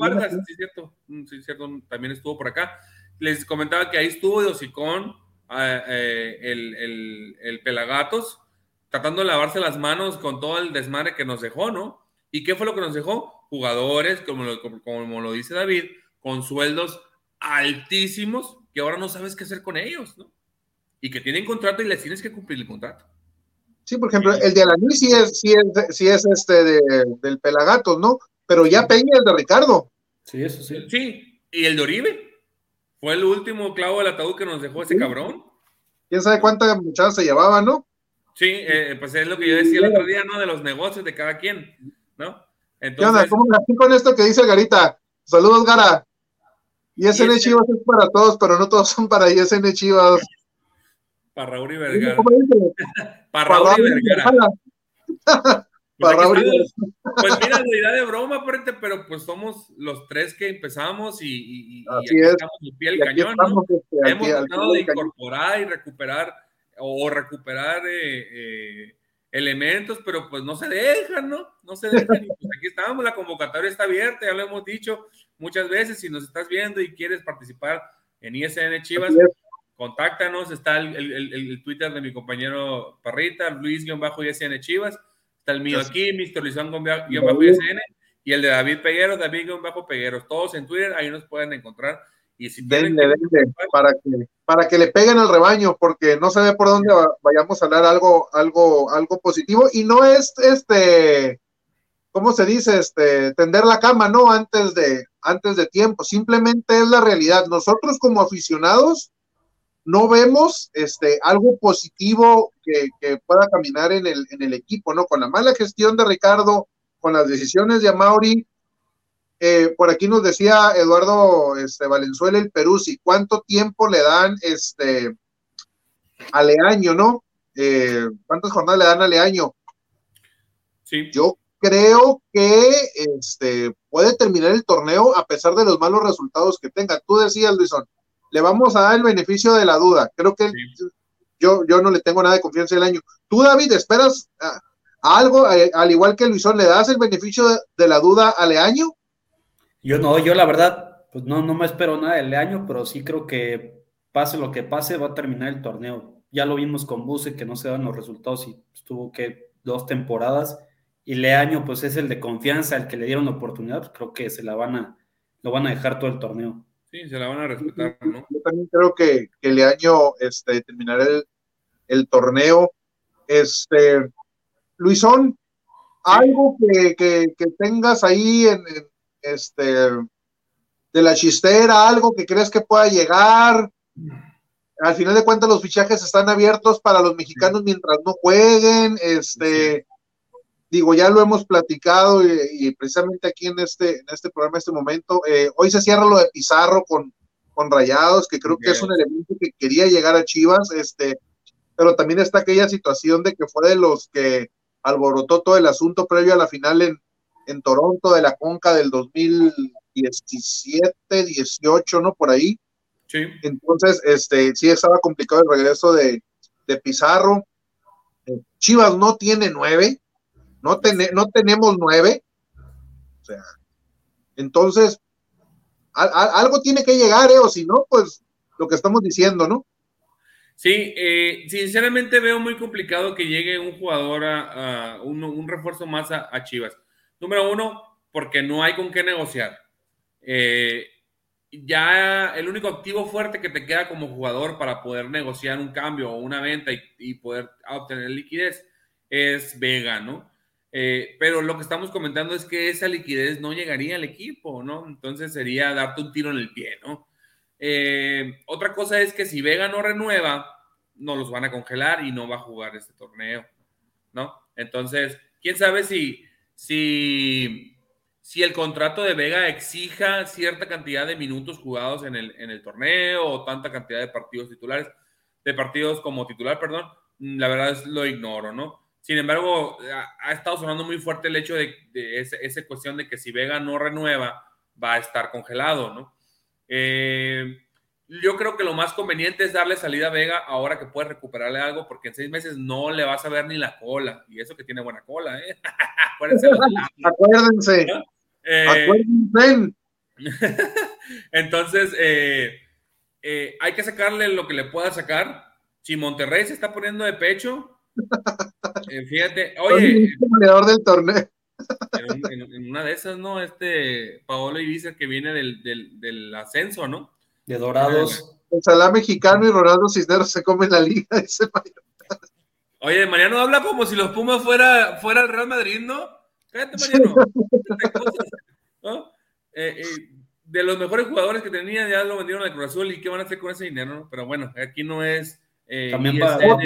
cierto, también estuvo por acá. Les comentaba que ahí estuvo de hocicón el Pelagatos, tratando de lavarse las manos con todo el desmadre que nos dejó, ¿no? ¿Y qué fue lo que nos dejó? Jugadores, como lo dice David, con sueldos altísimos, que ahora no sabes qué hacer con ellos, ¿no? Y que tienen contrato y les tienes que cumplir el contrato. Sí, por ejemplo, el de Alaní sí es del Pelagatos, ¿no? Pero ya Peña es de Ricardo. Sí, eso sí. Sí, y el de Oribe fue el último clavo del ataúd que nos dejó ese cabrón. ¿Quién sabe cuántas muchachas se llevaba, no? Sí, pues es lo que yo decía el otro día, ¿no? De los negocios de cada quien, ¿no? Entonces, ¿qué onda? ¿Cómo así con esto que dice Garita? Saludos, Gara. ISN Chivas es para todos, pero no todos son para ISN Chivas. Para Raúl y Vergara. Para Raúl y Vergara. Pues mira, la idea de broma, pero pues somos los tres que empezamos y aquí estamos al pie del cañón, ¿no? Hemos tratado de incorporar y recuperar elementos, pero pues no se dejan, ¿no? No se dejan. Y pues aquí estamos, la convocatoria está abierta, ya lo hemos dicho muchas veces. Si nos estás viendo y quieres participar en ISN Chivas, contáctanos. Está el Twitter de mi compañero Parrita, Luis-ISN Chivas. Está el mío aquí, Mr. Luisón-ISN, y el de David Pegueros, David-Pegueros. Todos en Twitter, ahí nos pueden encontrar. Y si tienen para que le peguen al rebaño, porque no se ve por dónde vayamos a hablar algo positivo, y no es ¿cómo se dice? Tender la cama, ¿no? Antes de tiempo, simplemente es la realidad. Nosotros como aficionados no vemos algo positivo que pueda caminar en el equipo, ¿no? Con la mala gestión de Ricardo, con las decisiones de Amauri. Por aquí nos decía Eduardo Valenzuela, el Peruzzi, ¿cuánto tiempo le dan a Leaño, no? ¿Cuántas jornadas le dan a Leaño? Sí. Yo creo que puede terminar el torneo a pesar de los malos resultados que tenga. Tú decías, Luisón, le vamos a dar el beneficio de la duda. Creo que yo no le tengo nada de confianza el año. ¿Tú, David, esperas algo, al igual que Luisón, le das el beneficio de la duda a Leaño? Yo la verdad, pues no me espero nada del año, pero sí creo que pase lo que pase, va a terminar el torneo. Ya lo vimos con Buse, que no se dan los resultados y estuvo 2 temporadas, y Leaño pues es el de confianza, el que le dieron la oportunidad, pues creo que lo van a dejar todo el torneo. Sí, se la van a respetar, ¿no? Yo también creo que Leaño terminará el torneo. Luisón, algo que tengas ahí de la chistera, algo que crees que pueda llegar. Al final de cuentas, los fichajes están abiertos para los mexicanos mientras no jueguen. Digo, ya lo hemos platicado y precisamente aquí en este programa, en este momento. Hoy se cierra lo de Pizarro con Rayados, que creo que es un elemento que quería llegar a Chivas, pero también está aquella situación de que fue de los que alborotó todo el asunto previo a la final en Toronto de la Conca del 2017, 18, ¿no? Por ahí. Sí. Entonces, sí estaba complicado el regreso de Pizarro. Chivas no tiene 9, no tenemos 9, o sea, entonces algo tiene que llegar, o si no, pues lo que estamos diciendo, ¿no? Sí, sinceramente veo muy complicado que llegue un jugador un refuerzo más a Chivas. Número uno, porque no hay con qué negociar. Ya el único activo fuerte que te queda como jugador para poder negociar un cambio o una venta y poder obtener liquidez es Vega, ¿no? Pero lo que estamos comentando es que esa liquidez no llegaría al equipo, ¿no? Entonces sería darte un tiro en el pie, ¿no? Otra cosa es que si Vega no renueva, no los van a congelar y no va a jugar este torneo, ¿no? Entonces, quién sabe si el contrato de Vega exija cierta cantidad de minutos jugados en el torneo o tanta cantidad de partidos como titular, perdón, la verdad es lo ignoro, ¿no? Sin embargo, ha estado sonando muy fuerte el hecho de esa cuestión de que si Vega no renueva, va a estar congelado, ¿no? Yo creo que lo más conveniente es darle salida a Vega ahora que puede recuperarle algo, porque en 6 meses no le vas a ver ni la cola, y eso que tiene buena cola, ¿eh? Acuérdense. ¿No? Acuérdense. Entonces, hay que sacarle lo que le pueda sacar. Si Monterrey se está poniendo de pecho, fíjate, oye, el goleador del torneo. En una de esas, ¿no? Paolo Ibiza que viene del ascenso, ¿no? De Dorados. El Salá mexicano y Ronaldo Cisneros se comen la liga, dice Mariano. Oye, Mariano habla como si los Pumas fuera el Real Madrid, ¿no? Cállate, Mariano. ¿No? De los mejores jugadores que tenían ya lo vendieron al Cruz Azul, y qué van a hacer con ese dinero, ¿no? Pero bueno, aquí no es también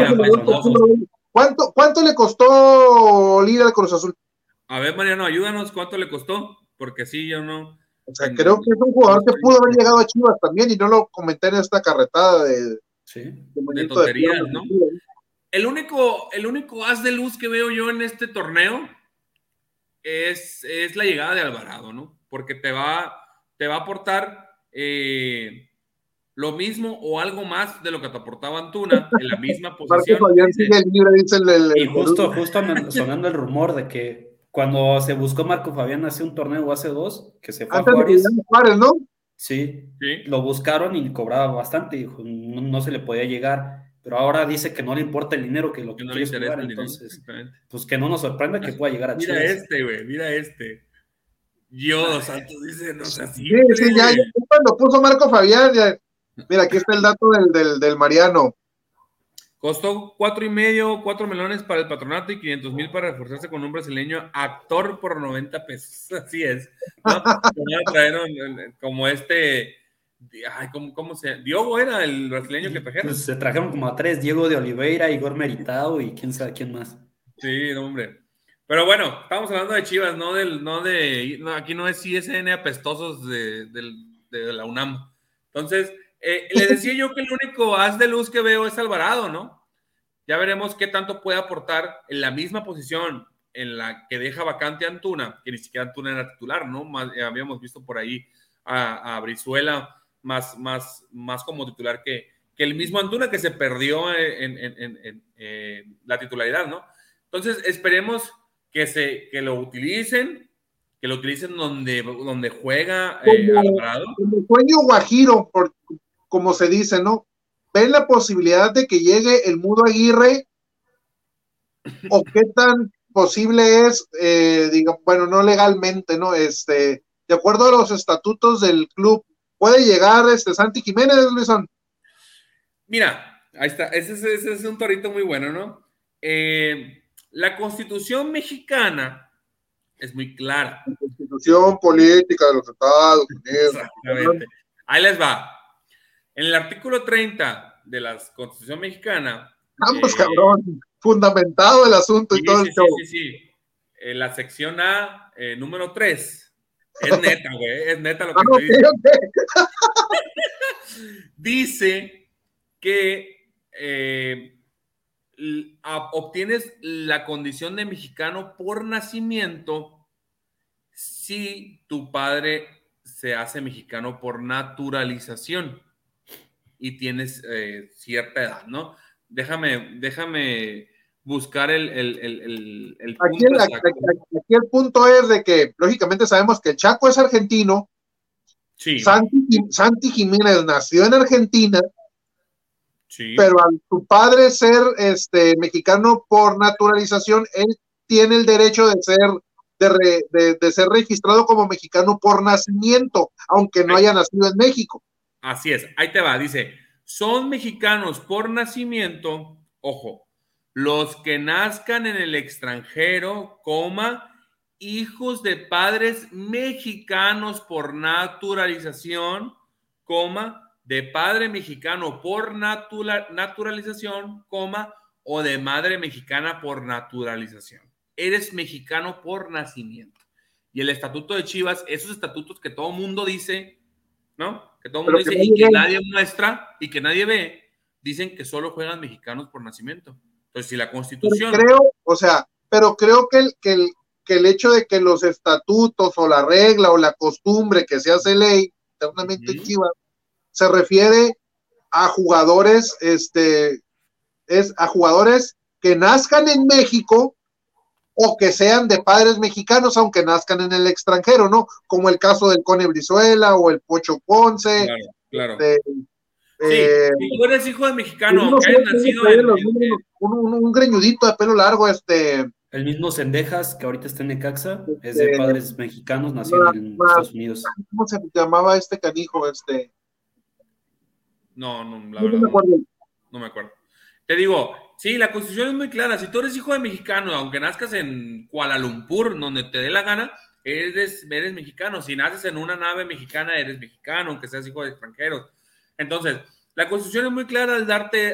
¿Cuánto le costó ir al Cruz Azul? A ver, Mariano, ayúdanos, ¿cuánto le costó? Porque sí, yo no. O sea, creo que es un jugador que pudo haber llegado a Chivas también, y no lo comenté en esta carretada de tonterías, ¿no? El único haz de luz que veo yo en este torneo es la llegada de Alvarado, ¿no? Porque te va a aportar lo mismo o algo más de lo que te aportaba Antuna en la misma posición. Y justo sonando el rumor de que cuando se buscó Marco Fabián hace un torneo o hace 2, que se fue a Juárez, ¿no? Sí, lo buscaron y cobraba bastante, y no se le podía llegar, pero ahora dice que no le importa el dinero, que lo que quiere es jugar, entonces, pues que no nos sorprenda que pueda llegar a Chivas. Mira Dios santo, dice, no sé, sí, ya cuando puso Marco Fabián, mira, aquí está el dato del Mariano. Costó 4.5 melones para el patronato y 500,000 para reforzarse con un brasileño actor por 90 pesos. Así es, ¿no? Trajeron como ¿cómo se llama? Diogo era el brasileño que trajeron. Pues se trajeron como a 3, Diego de Oliveira, Igor Meritao y quién sabe quién más. Sí, no, hombre. Pero bueno, estamos hablando de Chivas, aquí no es CSN apestosos de la UNAM. Entonces, les decía yo que el único haz de luz que veo es Alvarado, ¿no? Ya veremos qué tanto puede aportar en la misma posición en la que deja vacante a Antuna, que ni siquiera Antuna era titular, ¿no? Habíamos visto por ahí a Brizuela más como titular que el mismo Antuna, que se perdió en la titularidad, ¿no? Entonces, esperemos que lo utilicen donde juega Alvarado. Como sueño guajiro, como se dice, ¿no? ¿Ven la posibilidad de que llegue el Mudo Aguirre? ¿O qué tan posible es, bueno, no legalmente, ¿no? De acuerdo a los estatutos del club, ¿puede llegar Santi Jiménez, Luisón? Mira, ahí está, ese es un torito muy bueno, ¿no? La Constitución mexicana es muy clara. La Constitución política de los Estados Unidos. Exactamente. Ahí les va. En el artículo 30 de la Constitución mexicana. Vamos, cabrón. Fundamentado el asunto y todo el show. Sí. La sección A, número 3. Es neta, güey. Es neta lo que estoy diciendo. Dice que obtienes la condición de mexicano por nacimiento si tu padre se hace mexicano por naturalización y tienes cierta edad, ¿no? Déjame buscar el punto. Aquí el punto es de que, lógicamente, sabemos que el Chaco es argentino. Sí. Santi Jiménez nació en Argentina. Sí. Pero al su padre ser mexicano por naturalización, él tiene el derecho de ser registrado como mexicano por nacimiento, aunque no haya nacido en México. Así es, ahí te va, dice, son mexicanos por nacimiento, ojo, los que nazcan en el extranjero, hijos de padres mexicanos por naturalización, de padre mexicano por naturalización, o de madre mexicana por naturalización. Eres mexicano por nacimiento. Y el estatuto de Chivas, esos estatutos que todo mundo dice, ¿no? Que todo mundo dice y que nadie muestra y que nadie ve, dicen que solo juegan mexicanos por nacimiento. Entonces, si la Constitución... Pero creo que el hecho de que los estatutos o la regla o la costumbre que se hace ley, internamente en Chivas, se refiere a jugadores, a jugadores que nazcan en México o que sean de padres mexicanos, aunque nazcan en el extranjero, ¿no? Como el caso del Cone Brizuela o el Pocho Ponce. Claro. Si tú eres hijo de mexicano, aunque hayas nacido un greñudito de pelo largo, El mismo Cendejas, que ahorita está en Necaxa, es de padres mexicanos, nació en Estados Unidos. ¿Cómo se llamaba este canijo? No, la verdad. No me acuerdo. Te digo, sí, la Constitución es muy clara. Si tú eres hijo de mexicano, aunque nazcas en Kuala Lumpur, donde te dé la gana, eres mexicano. Si naces en una nave mexicana, eres mexicano, aunque seas hijo de extranjeros. Entonces, la Constitución es muy clara al darte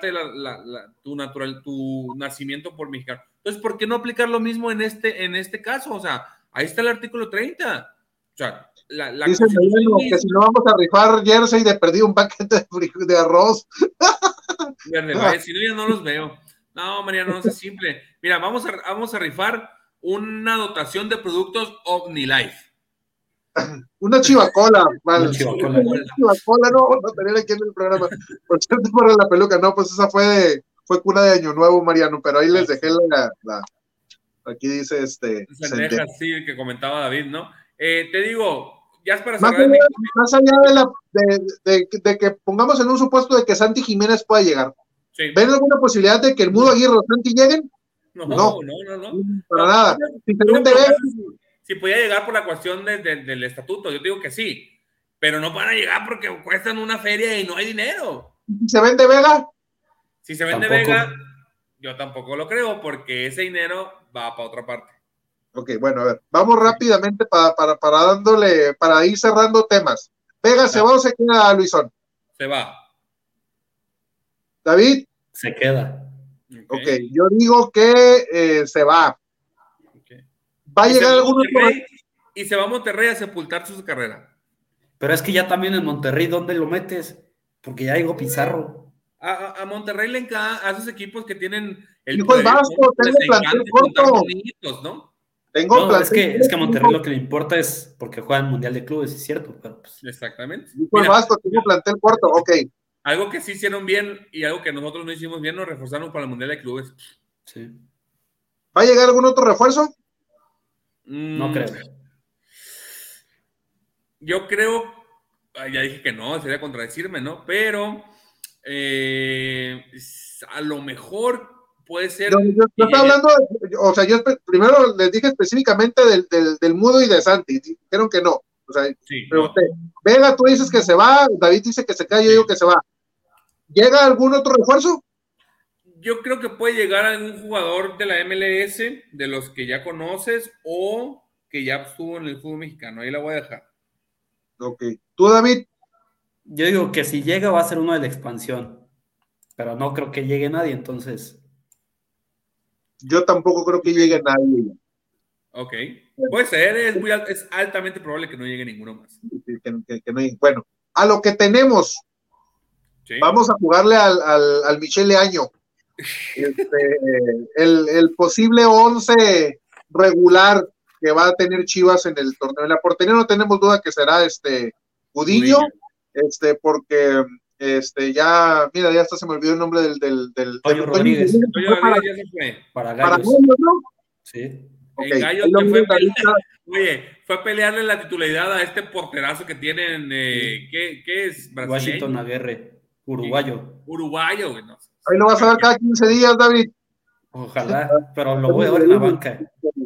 tu nacimiento por mexicano. Entonces, ¿por qué no aplicar lo mismo en este caso? O sea, ahí está el artículo 30. O sea, dice que si no vamos a rifar jersey de perdido un paquete de arroz. Si no, ya no los veo. No, Mariano, no es simple. Mira, vamos a rifar una dotación de productos OmniLife. Una chivacola, Una chivacola, no tener aquí en el programa. Por cierto, para la peluca, no, pues esa fue cuna de Año Nuevo, Mariano, pero ahí les dejé aquí dice Cendejas, sí, que comentaba David, ¿no? Te digo, ya es para cerrar. Más allá de que pongamos en un supuesto de que Santi Jiménez pueda llegar. Sí. ¿Ven alguna posibilidad de que el Mudo Aguirre o Santi lleguen? No. Para nada. Si podía llegar por la cuestión del estatuto, yo digo que sí, pero no van a llegar porque cuestan una feria y no hay dinero. ¿Se vende Vega? Si se vende Vega, yo tampoco lo creo, porque ese dinero va para otra parte. Ok, bueno, a ver, vamos rápidamente para ir cerrando temas. ¿Vega se va o se queda, Luisón? Se va. ¿David? Se queda. Ok, yo digo que se va. Va a llegar algún otro... Y se va a Monterrey a sepultar su carrera. Pero es que ya también en Monterrey, ¿dónde lo metes? Porque ya llegó Pizarro. A Monterrey le encanta, a esos equipos que tienen el poder, Vasco, tengo plantel corto. ¿No? Es que a Monterrey lo que le importa es porque juega el Mundial de Clubes, es cierto. Pero pues... Exactamente. Vasco, tengo plantel corto, ok. Algo que sí hicieron bien y algo que nosotros no hicimos bien, nos reforzaron para el Mundial de Clubes. Sí. ¿Va a llegar algún otro refuerzo? No creo. Yo creo, ya dije que no, sería contradecirme, ¿no? Pero a lo mejor puede ser. Yo estaba hablando, o sea, yo primero les dije específicamente del Mudo y de Santi, dijeron que no. O sea, sí, pero Vega, tú dices que se va, David dice que se cae, yo digo que se va. ¿Llega algún otro refuerzo? Yo creo que puede llegar a algún jugador de la MLS, de los que ya conoces, o que ya estuvo en el fútbol mexicano. Ahí la voy a dejar. Ok. ¿Tú, David? Yo digo que si llega va a ser uno de la expansión, pero no creo que llegue nadie, entonces. Yo tampoco creo que llegue nadie. Ok. Puede ser, es altamente probable que no llegue ninguno más. Que no, bueno, a lo que tenemos, ¿Sí? vamos a jugarle al Michele Año. El posible 11 regular que va a tener Chivas en el torneo. En la portería no tenemos duda que será Gudiño, porque ya, mira, ya hasta se me olvidó el nombre del Toño Rodríguez. Toño Rodríguez ya se fue. Para Gallos. ¿no? Sí. Okay. En Gallos fue a pelearle la titularidad a este porterazo que tienen, ¿qué es? ¿Brasileño? Washington Aguirre, uruguayo. Uruguayo, güey, no. Ahí lo vas a ver cada 15 días, David. Ojalá, pero lo voy a ver en la banca.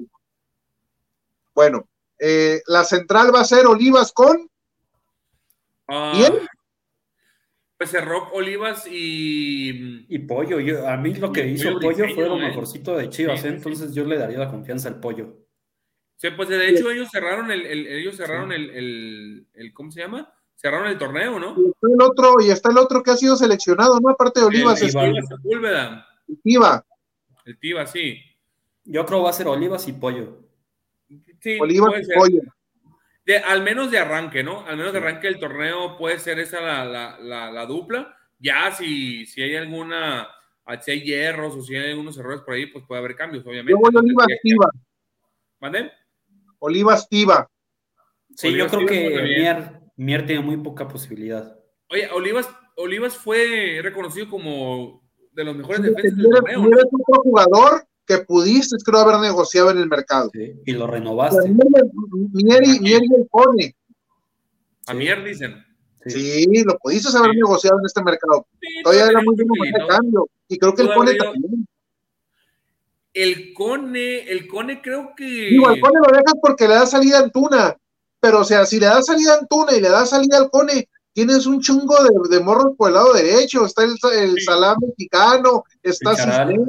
Bueno, la central va a ser Olivas con... ¿Quién? Pues cerró Olivas y Pollo. A mí lo que hizo Pollo fue lo mejorcito de Chivas, sí, entonces yo le daría la confianza al Pollo. Sí, pues de hecho ellos cerraron el ¿cómo se llama? Cerraron el torneo, ¿no? Y está el otro que ha sido seleccionado, ¿no? Aparte de Olivas. El Sepúlveda. El Tiva, sí. Yo creo que va a ser Olivas y Pollo. Sí, Olivas y Pollo. Al menos de arranque, ¿no? Al menos de arranque del torneo puede ser esa la dupla. Ya si hay alguna, si hay hierros o si hay algunos errores por ahí, pues puede haber cambios, obviamente. Yo voy Olivas Tiva. ¿Mande? Olivas Tiva. Sí, Olivas, yo creo que Mier tiene muy poca posibilidad. Oye, Olivas fue reconocido como de los mejores defensas del torneo. Eres otro jugador que pudiste, creo, haber negociado en el mercado. Sí, y lo renovaste. Mier y el Cone. A Mier dicen. Sí, lo pudiste haber negociado en este mercado. Sí, todavía era muy bueno de cambio. Y creo que el Cone también. El Cone creo que... Digo, al Cone lo dejas porque le da salida a Antuna. Pero, o sea, si le da salida a Antuna y le da salida al Cone, tienes un chungo de morros por el lado derecho. Está el Salam mexicano, está Cisneros,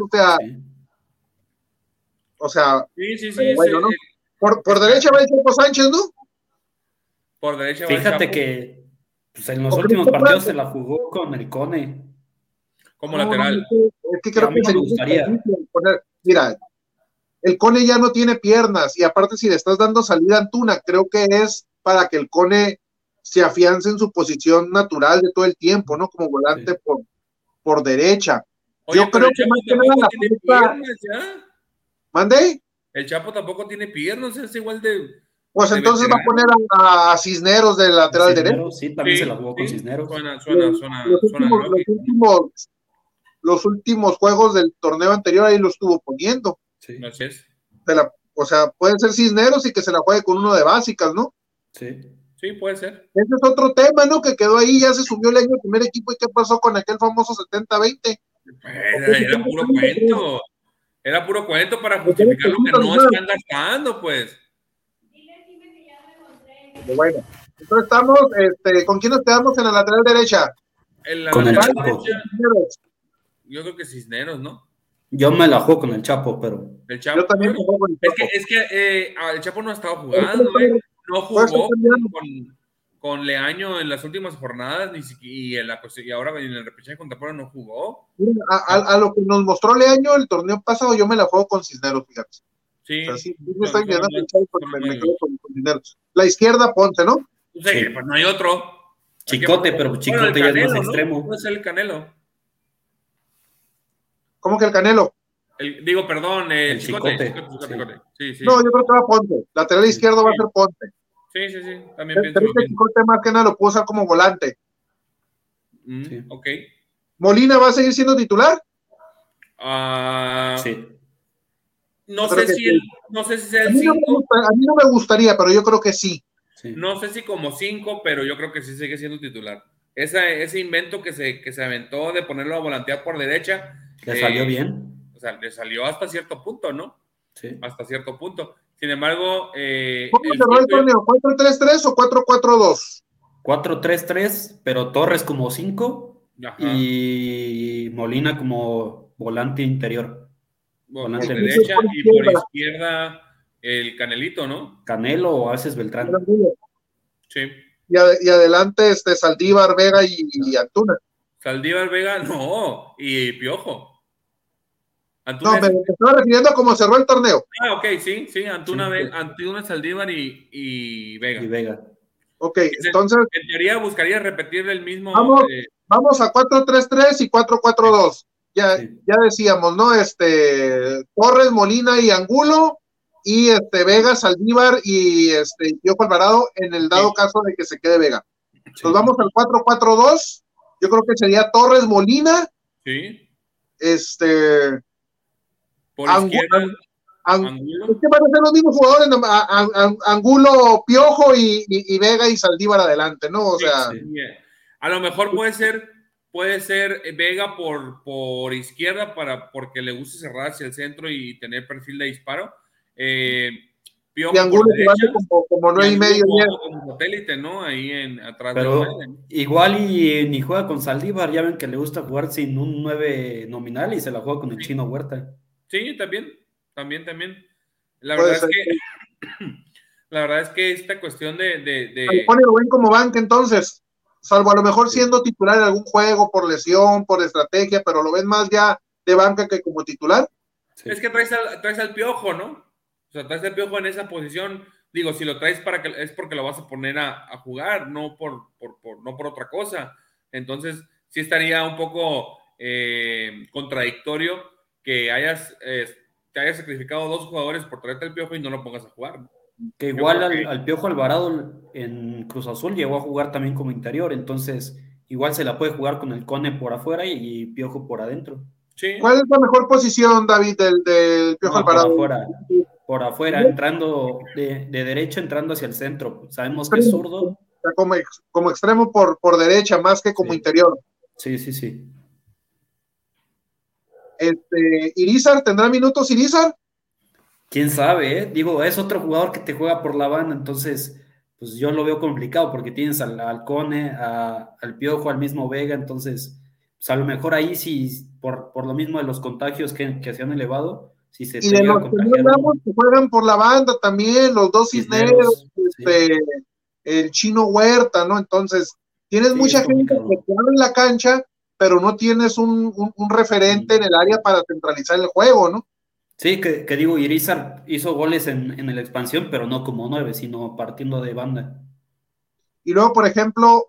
o sea... Sí. Bueno, ¿no? Por derecha va el Chapo Sánchez, ¿no? Por derecha va el Chapo. Fíjate que pues, en los últimos partidos se la jugó con el Cone. Como lateral. Es que creo a mí que me gustaría. Mira, el Cone ya no tiene piernas y aparte si le estás dando salida a Antuna, creo que es para que el Cone se afiance en su posición natural de todo el tiempo, ¿no? Como volante por derecha. Oye, yo creo que más que nada la piernas, ¿Mande? El Chapo tampoco tiene piernas, es igual de... Pues de entonces veterano. Va a poner a Cisneros de lateral derecho. Sí, también se la jugó con Cisneros. Los últimos juegos del torneo anterior ahí lo estuvo poniendo. Sí. Así es. O sea, puede ser Cisneros y que se la juegue con uno de básicas, ¿no? Sí, puede ser. Ese es otro tema, ¿no? Que quedó ahí, ya se subió el año del primer equipo y qué pasó con aquel famoso 70-20. Era puro cuento. Era puro cuento para justificar lo que no están gastando, pues. Bueno, entonces estamos, ¿con quién nos quedamos en la lateral derecha? Con el Chapo. Yo creo que Cisneros, ¿no? Yo me la juego con el Chapo, pero... El Chapo, yo también me juego con el Chapo. Es que el Chapo no ha estado jugando, no jugó con Leaño en las últimas jornadas y ahora en el repechaje contra Puebla no jugó. A lo que nos mostró Leaño el torneo pasado, yo me la juego con Cisneros, fíjate. Sí. O sea, me estoy quedando me quedo con Cisneros. La izquierda, Ponce, ¿no? Sí, pues no hay otro. Chicote, pero Chicote ya es más extremo. ¿No es el Canelo? ¿Cómo que el Canelo? Perdón, el Chicote. Sí. No, yo creo que va Ponce. Lateral izquierdo va a ser Ponce. Sí. También pienso que el Chicote más que nada lo puedo usar como volante. Ok. ¿Molina va a seguir siendo titular? Sí. No sé si sea el 5. A mí no me gustaría, pero yo creo que sí. No sé si como 5, pero yo creo que sí sigue siendo titular. Ese invento que se aventó de ponerlo a volantear por derecha. ¿Le salió bien? O sea, le salió hasta cierto punto, ¿no? Sí. Hasta cierto punto. Sin embargo... ¿Cómo cerró el torneo? ¿4-3-3 o 4-4-2? 4-3-3, pero Torres como 5 Ajá. y Molina como volante interior. Por Volante derecha y por izquierda el Canelito, ¿no? Canelo o a veces Beltrán. Sí. Y adelante Saldívar, Vega y Antuna. Saldívar, Vega, no, y Piojo. No, me estaba refiriendo a cómo cerró el torneo. Ah, ok, sí, Antuna, sí. Antuna, Saldívar y Vega. Y Vega. Ok, entonces. En teoría buscaría repetir el mismo. Vamos a 4-3-3 y 4-4-2. Ya decíamos, ¿no? Torres, Molina y Angulo, y Vega, Saldívar y Piojo Alvarado en el dado caso de que se quede Vega. Entonces vamos al 4-4-2. Yo creo que sería Torres, Molina. Sí. Por izquierda. Angulo. Es que van a ser los mismos jugadores, Angulo, Piojo y Vega y Saldívar adelante, ¿no? O sea. Sí. A lo mejor puede ser Vega por izquierda porque le gusta cerrar hacia el centro y tener perfil de disparo. Piojo y Angulo por derecha, como 9.5. Como satélite, ¿no? Ahí atrás. Pero igual y ni juega con Saldívar, ya ven que le gusta jugar sin un 9 nominal y se la juega con el Chino Huerta. Sí, también. La verdad es que esta cuestión de... Lo ven como banca entonces, salvo a lo mejor siendo titular en algún juego por lesión, por estrategia, pero lo ven más ya de banca que como titular. Sí. Es que traes al Piojo, ¿no? O sea, traes al Piojo en esa posición. Digo, si lo traes es porque lo vas a poner a jugar, no por otra cosa. Entonces, sí estaría un poco contradictorio que te hayas sacrificado 2 jugadores por traerte al Piojo y no lo pongas a jugar, ¿no? Que igual al Piojo Alvarado en Cruz Azul llegó a jugar también como interior, entonces igual se la puede jugar con el Cone por afuera y Piojo por adentro. Sí. ¿Cuál es la mejor posición, David, del Piojo Alvarado? Por afuera, entrando de derecho, entrando hacia el centro. Sabemos que es zurdo. Como extremo por derecha, más que como interior. Sí. ¿Irizar? ¿Tendrá minutos Irizar? Quién sabe, ¿eh? Digo, es otro jugador que te juega por la banda, entonces pues yo lo veo complicado porque tienes al Cone, al Piojo, al mismo Vega, entonces pues a lo mejor ahí sí, por lo mismo de los contagios que se han elevado, si se te llega a contagiar. Que juegan por la banda también, los 2 Cisneros, el Chino Huerta, ¿no? Entonces, tienes mucha gente que te abre la cancha, pero no tienes un referente en el área para centralizar el juego, ¿no? Sí, que digo, Irizar hizo goles en la expansión, pero no como 9, sino partiendo de banda. Y luego, por ejemplo,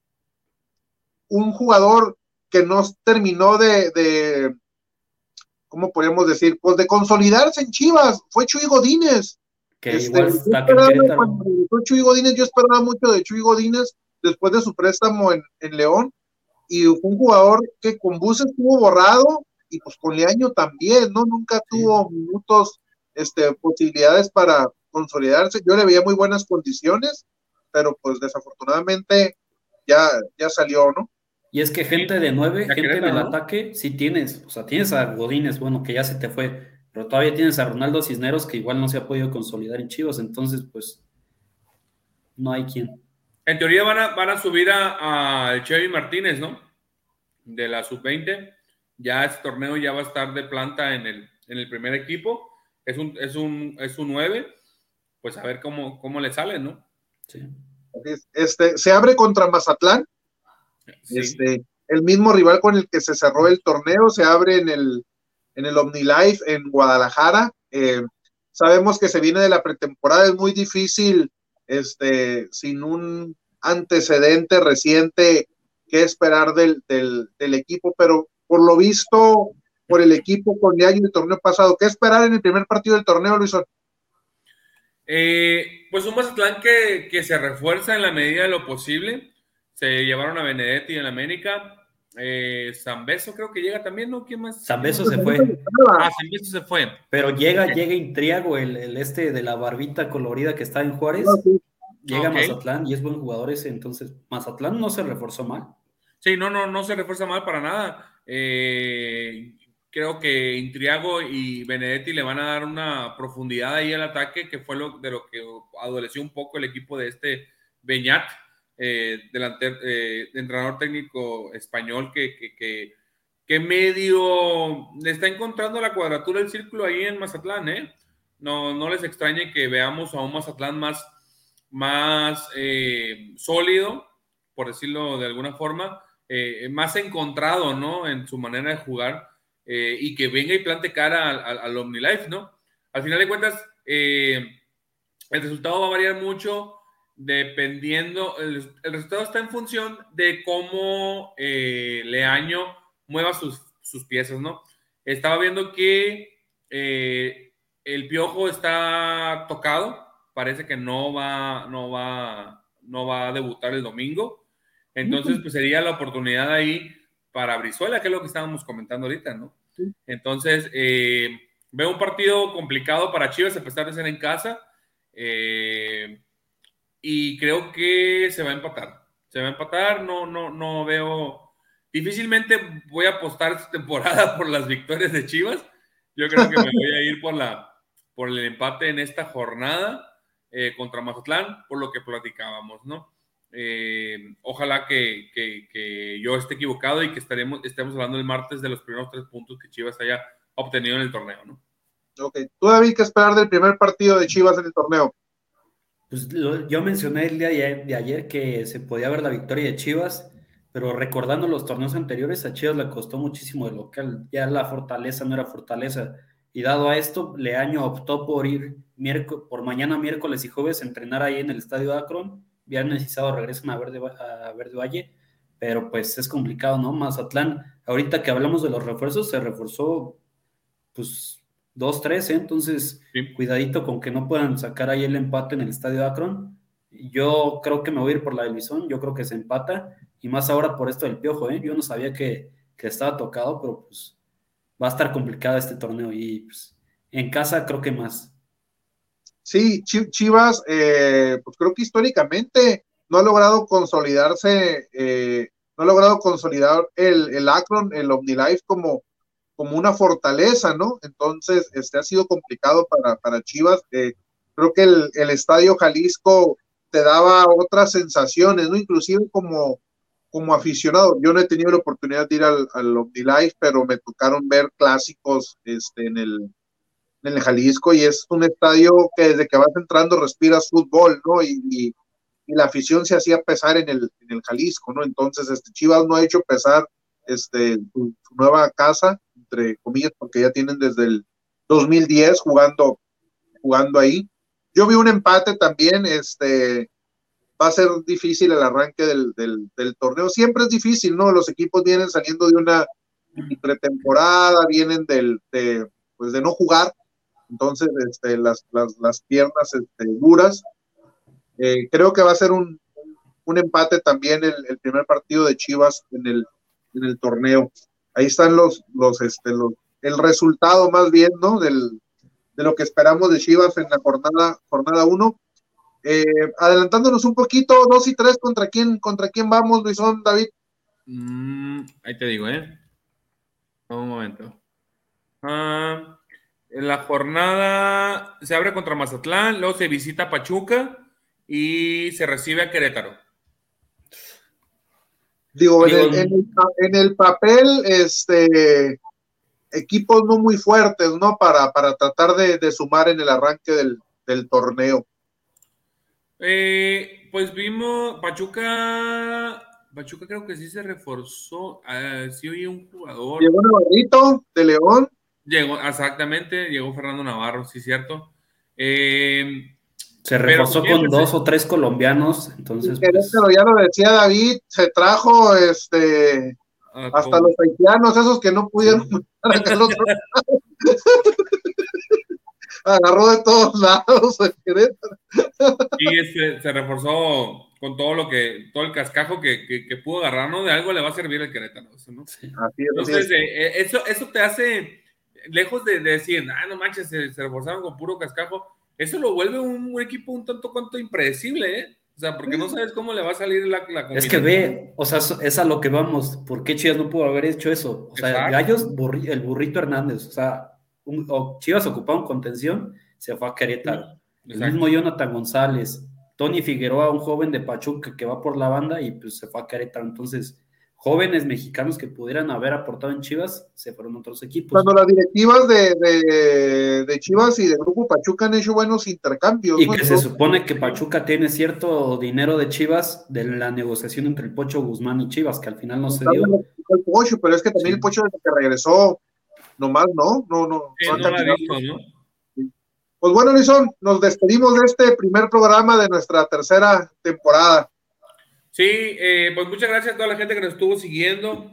un jugador que no terminó de ¿cómo podríamos decir? Pues de consolidarse en Chivas, fue Chuy Godínez. Que igual está cuando regresó Chuy Godínez, yo esperaba mucho de Chuy Godínez después de su préstamo en León, y fue un jugador que con Buses estuvo borrado, y pues con Leaño también, ¿no? Nunca tuvo minutos, posibilidades para consolidarse. Yo le veía muy buenas condiciones, pero pues desafortunadamente ya salió, ¿no? Y es que gente de 9, gente en el ataque, sí tienes. O sea, tienes a Godínez, bueno, que ya se te fue, pero todavía tienes a Ronaldo Cisneros, que igual no se ha podido consolidar en Chivas, entonces, pues, no hay quien. En teoría van a subir a Chevy Martínez, ¿no? De la sub-20. Ya este torneo ya va a estar de planta en el primer equipo. Es un 9. Pues a ver cómo le sale, ¿no? Sí. Se abre contra Mazatlán. Sí. El mismo rival con el que se cerró el torneo se abre en el OmniLife en Guadalajara. Sabemos que se viene de la pretemporada, es muy difícil sin un antecedente reciente que esperar del equipo, pero por lo visto por el equipo con Leaño el torneo pasado, ¿qué esperar en el primer partido del torneo, Luisón? Pues un Mazatlán que se refuerza en la medida de lo posible. Se llevaron a Benedetti en América. Zambeso creo que llega también, ¿no? ¿Quién más? Zambeso se fue. Zambeso se fue. Pero llega Intriago, el de la barbita colorida que está en Juárez. Llega a Mazatlán y es buen jugador ese, entonces Mazatlán no se reforzó mal. Sí, no se refuerza mal para nada. Creo que Intriago y Benedetti le van a dar una profundidad ahí al ataque, que fue de lo que adoleció un poco el equipo de Beñat. entrenador técnico español que medio le está encontrando la cuadratura del círculo ahí en Mazatlán, ¿eh? No les extrañe que veamos a un Mazatlán más sólido, por decirlo de alguna forma, más encontrado, ¿no? En su manera de jugar, y que venga y plante cara al OmniLife, ¿no? Al final de cuentas, el resultado va a variar mucho dependiendo, el resultado está en función de cómo Leaño mueva sus piezas, ¿no? Estaba viendo que el Piojo está tocado, parece que no va a debutar el domingo, entonces pues sería la oportunidad ahí para Brizuela, que es lo que estábamos comentando ahorita, ¿no? Entonces veo un partido complicado para Chivas a pesar de ser en casa, y creo que se va a empatar, no veo, difícilmente voy a apostar esta temporada por las victorias de Chivas. Yo creo que me voy a ir por el empate en esta jornada contra Mazatlán, por lo que platicábamos, ¿no? Ojalá que yo esté equivocado y que estemos hablando el martes de los primeros 3 puntos que Chivas haya obtenido en el torneo, ¿no? Ok, ¿tú, David, qué esperar del primer partido de Chivas en el torneo? Pues yo mencioné el día de ayer que se podía ver la victoria de Chivas, pero recordando los torneos anteriores, a Chivas le costó muchísimo de local, ya la fortaleza no era fortaleza, y dado a esto, Leaño optó por ir por mañana, miércoles y jueves a entrenar ahí en el Estadio Akron. Viernes y sábado regresan a Verde Valle, pero pues es complicado, ¿no? Mazatlán, ahorita que hablamos de los refuerzos, se reforzó pues 2-3, ¿eh? Entonces sí. Cuidadito con que no puedan sacar ahí el empate en el Estadio Akron. Yo creo que me voy a ir por la del Bison, yo creo que se empata, y más ahora por esto del Piojo, ¿eh? Yo no sabía que estaba tocado, pero pues va a estar complicado este torneo, y pues en casa creo que más. Sí, Chivas, pues creo que históricamente no ha logrado consolidarse, no ha logrado consolidar el Akron, el OmniLife como una fortaleza, ¿no? Entonces, ha sido complicado para Chivas. Creo que el Estadio Jalisco te daba otras sensaciones, ¿no? Inclusive como aficionado. Yo no he tenido la oportunidad de ir al OmniLife, pero me tocaron ver clásicos en el Jalisco, y es un estadio que desde que vas entrando respiras fútbol, ¿no? Y la afición se hacía pesar en el Jalisco, ¿no? Entonces, Chivas no ha hecho pesar su nueva casa, entre comillas, porque ya tienen desde el 2010 jugando ahí. Yo vi un empate también, va a ser difícil el arranque del torneo. Siempre es difícil, ¿no? Los equipos vienen saliendo de una pretemporada, vienen de no jugar, entonces las piernas duras. Creo que va a ser un empate también el primer partido de Chivas en el torneo. Ahí están el resultado más bien, ¿no? De lo que esperamos de Chivas en la jornada 1. Adelantándonos un poquito, 2 y 3, ¿contra quién vamos, Luisón, David? Ahí te digo, un momento. En la jornada se abre contra Mazatlán, luego se visita Pachuca y se recibe a Querétaro. Digo, en el papel, equipos no muy fuertes, ¿no? Para tratar de sumar en el arranque del torneo. Pues vimos Pachuca creo que sí se reforzó. Sí oí un jugador. Llegó Navarrito de León. Exactamente, llegó Fernando Navarro, sí, cierto. Se reforzó con 2 o 3 colombianos, entonces pues, ya lo decía David, se trajo hasta los haitianos, esos que no pudieron acá al otro lado. Agarró de todos lados el Querétaro. Y se reforzó con todo el cascajo que pudo agarrar, ¿no? De algo le va a servir el Querétaro, ¿no? Sí. Entonces, eso te hace, lejos de decir, no manches, se reforzaron con puro cascajo, eso lo vuelve un equipo un tanto cuanto impredecible, ¿eh? O sea, porque no sabes cómo le va a salir la combinación. Es que o sea, es a lo que vamos. ¿Por qué Chivas no pudo haber hecho eso? O sea, exacto. Gallos, el Burrito Hernández, o sea, Chivas ocupaba un contención, se fue a Querétaro. Exacto. El mismo Jonathan González, Tony Figueroa, un joven de Pachuca que va por la banda y pues se fue a Querétaro. Entonces, jóvenes mexicanos que pudieran haber aportado en Chivas se fueron a otros equipos. Cuando las directivas de Chivas y de Grupo Pachuca han hecho buenos intercambios. Y ¿no? que se supone que Pachuca tiene cierto dinero de Chivas de la negociación entre el Pocho Guzmán y Chivas, que al final no se dio. El Pocho, pero es que también el Pocho desde que regresó, nomás no. Sí, no la he visto, ¿no? Pues bueno, Lizón, nos despedimos de este primer programa de nuestra tercera temporada. Sí, pues muchas gracias a toda la gente que nos estuvo siguiendo.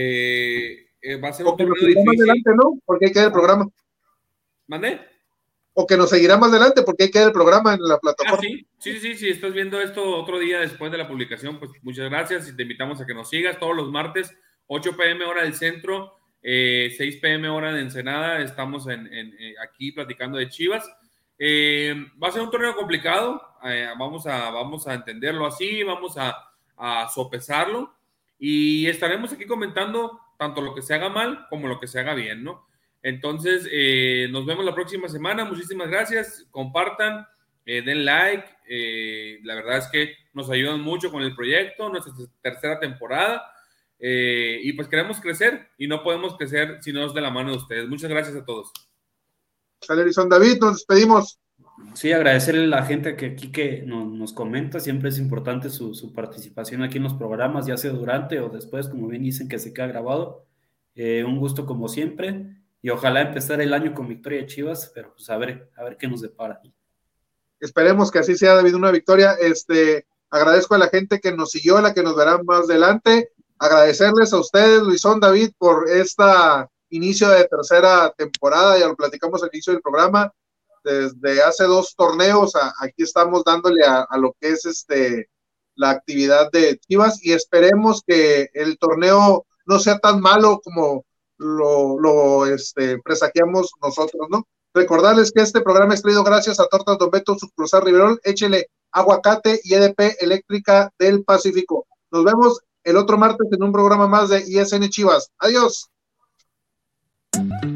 Va a ser un torneo difícil. Más adelante, ¿no? Porque ahí queda el programa. ¿Mandé? O que nos seguirá más adelante, porque ahí queda el programa en la plataforma. Sí, estás viendo esto otro día después de la publicación, pues muchas gracias y te invitamos a que nos sigas todos los martes, 8 p.m. hora del centro, 6 p.m. hora de Ensenada. Estamos aquí platicando de Chivas. Va a ser un torneo complicado, vamos a entenderlo así, vamos a sopesarlo y estaremos aquí comentando tanto lo que se haga mal como lo que se haga bien, ¿no? Entonces, nos vemos la próxima semana. Muchísimas gracias, compartan, den like, la verdad es que nos ayudan mucho con el proyecto, nuestra tercera temporada, y pues queremos crecer y no podemos crecer si no es de la mano de ustedes. Muchas gracias a todos. Son David, nos despedimos. Sí, agradecerle a la gente que aquí que nos comenta, siempre es importante su participación aquí en los programas, ya sea durante o después, como bien dicen que se queda grabado. Un gusto como siempre, y ojalá empezar el año con victoria de Chivas, pero pues a ver qué nos depara. Esperemos que así sea, David, una victoria. Agradezco a la gente que nos siguió, a la que nos verá más adelante. Agradecerles a ustedes, Luisón, David, por esta inicio de tercera temporada, ya lo platicamos al inicio del programa. Desde hace 2 torneos, aquí estamos dándole a lo que es la actividad de Chivas, y esperemos que el torneo no sea tan malo como lo presagiamos nosotros, ¿no? Recordarles que este programa es traído gracias a Tortas Don Beto, Sucursal Riverol, échele aguacate y EDP Eléctrica del Pacífico. Nos vemos el otro martes en un programa más de ISN Chivas. Adiós.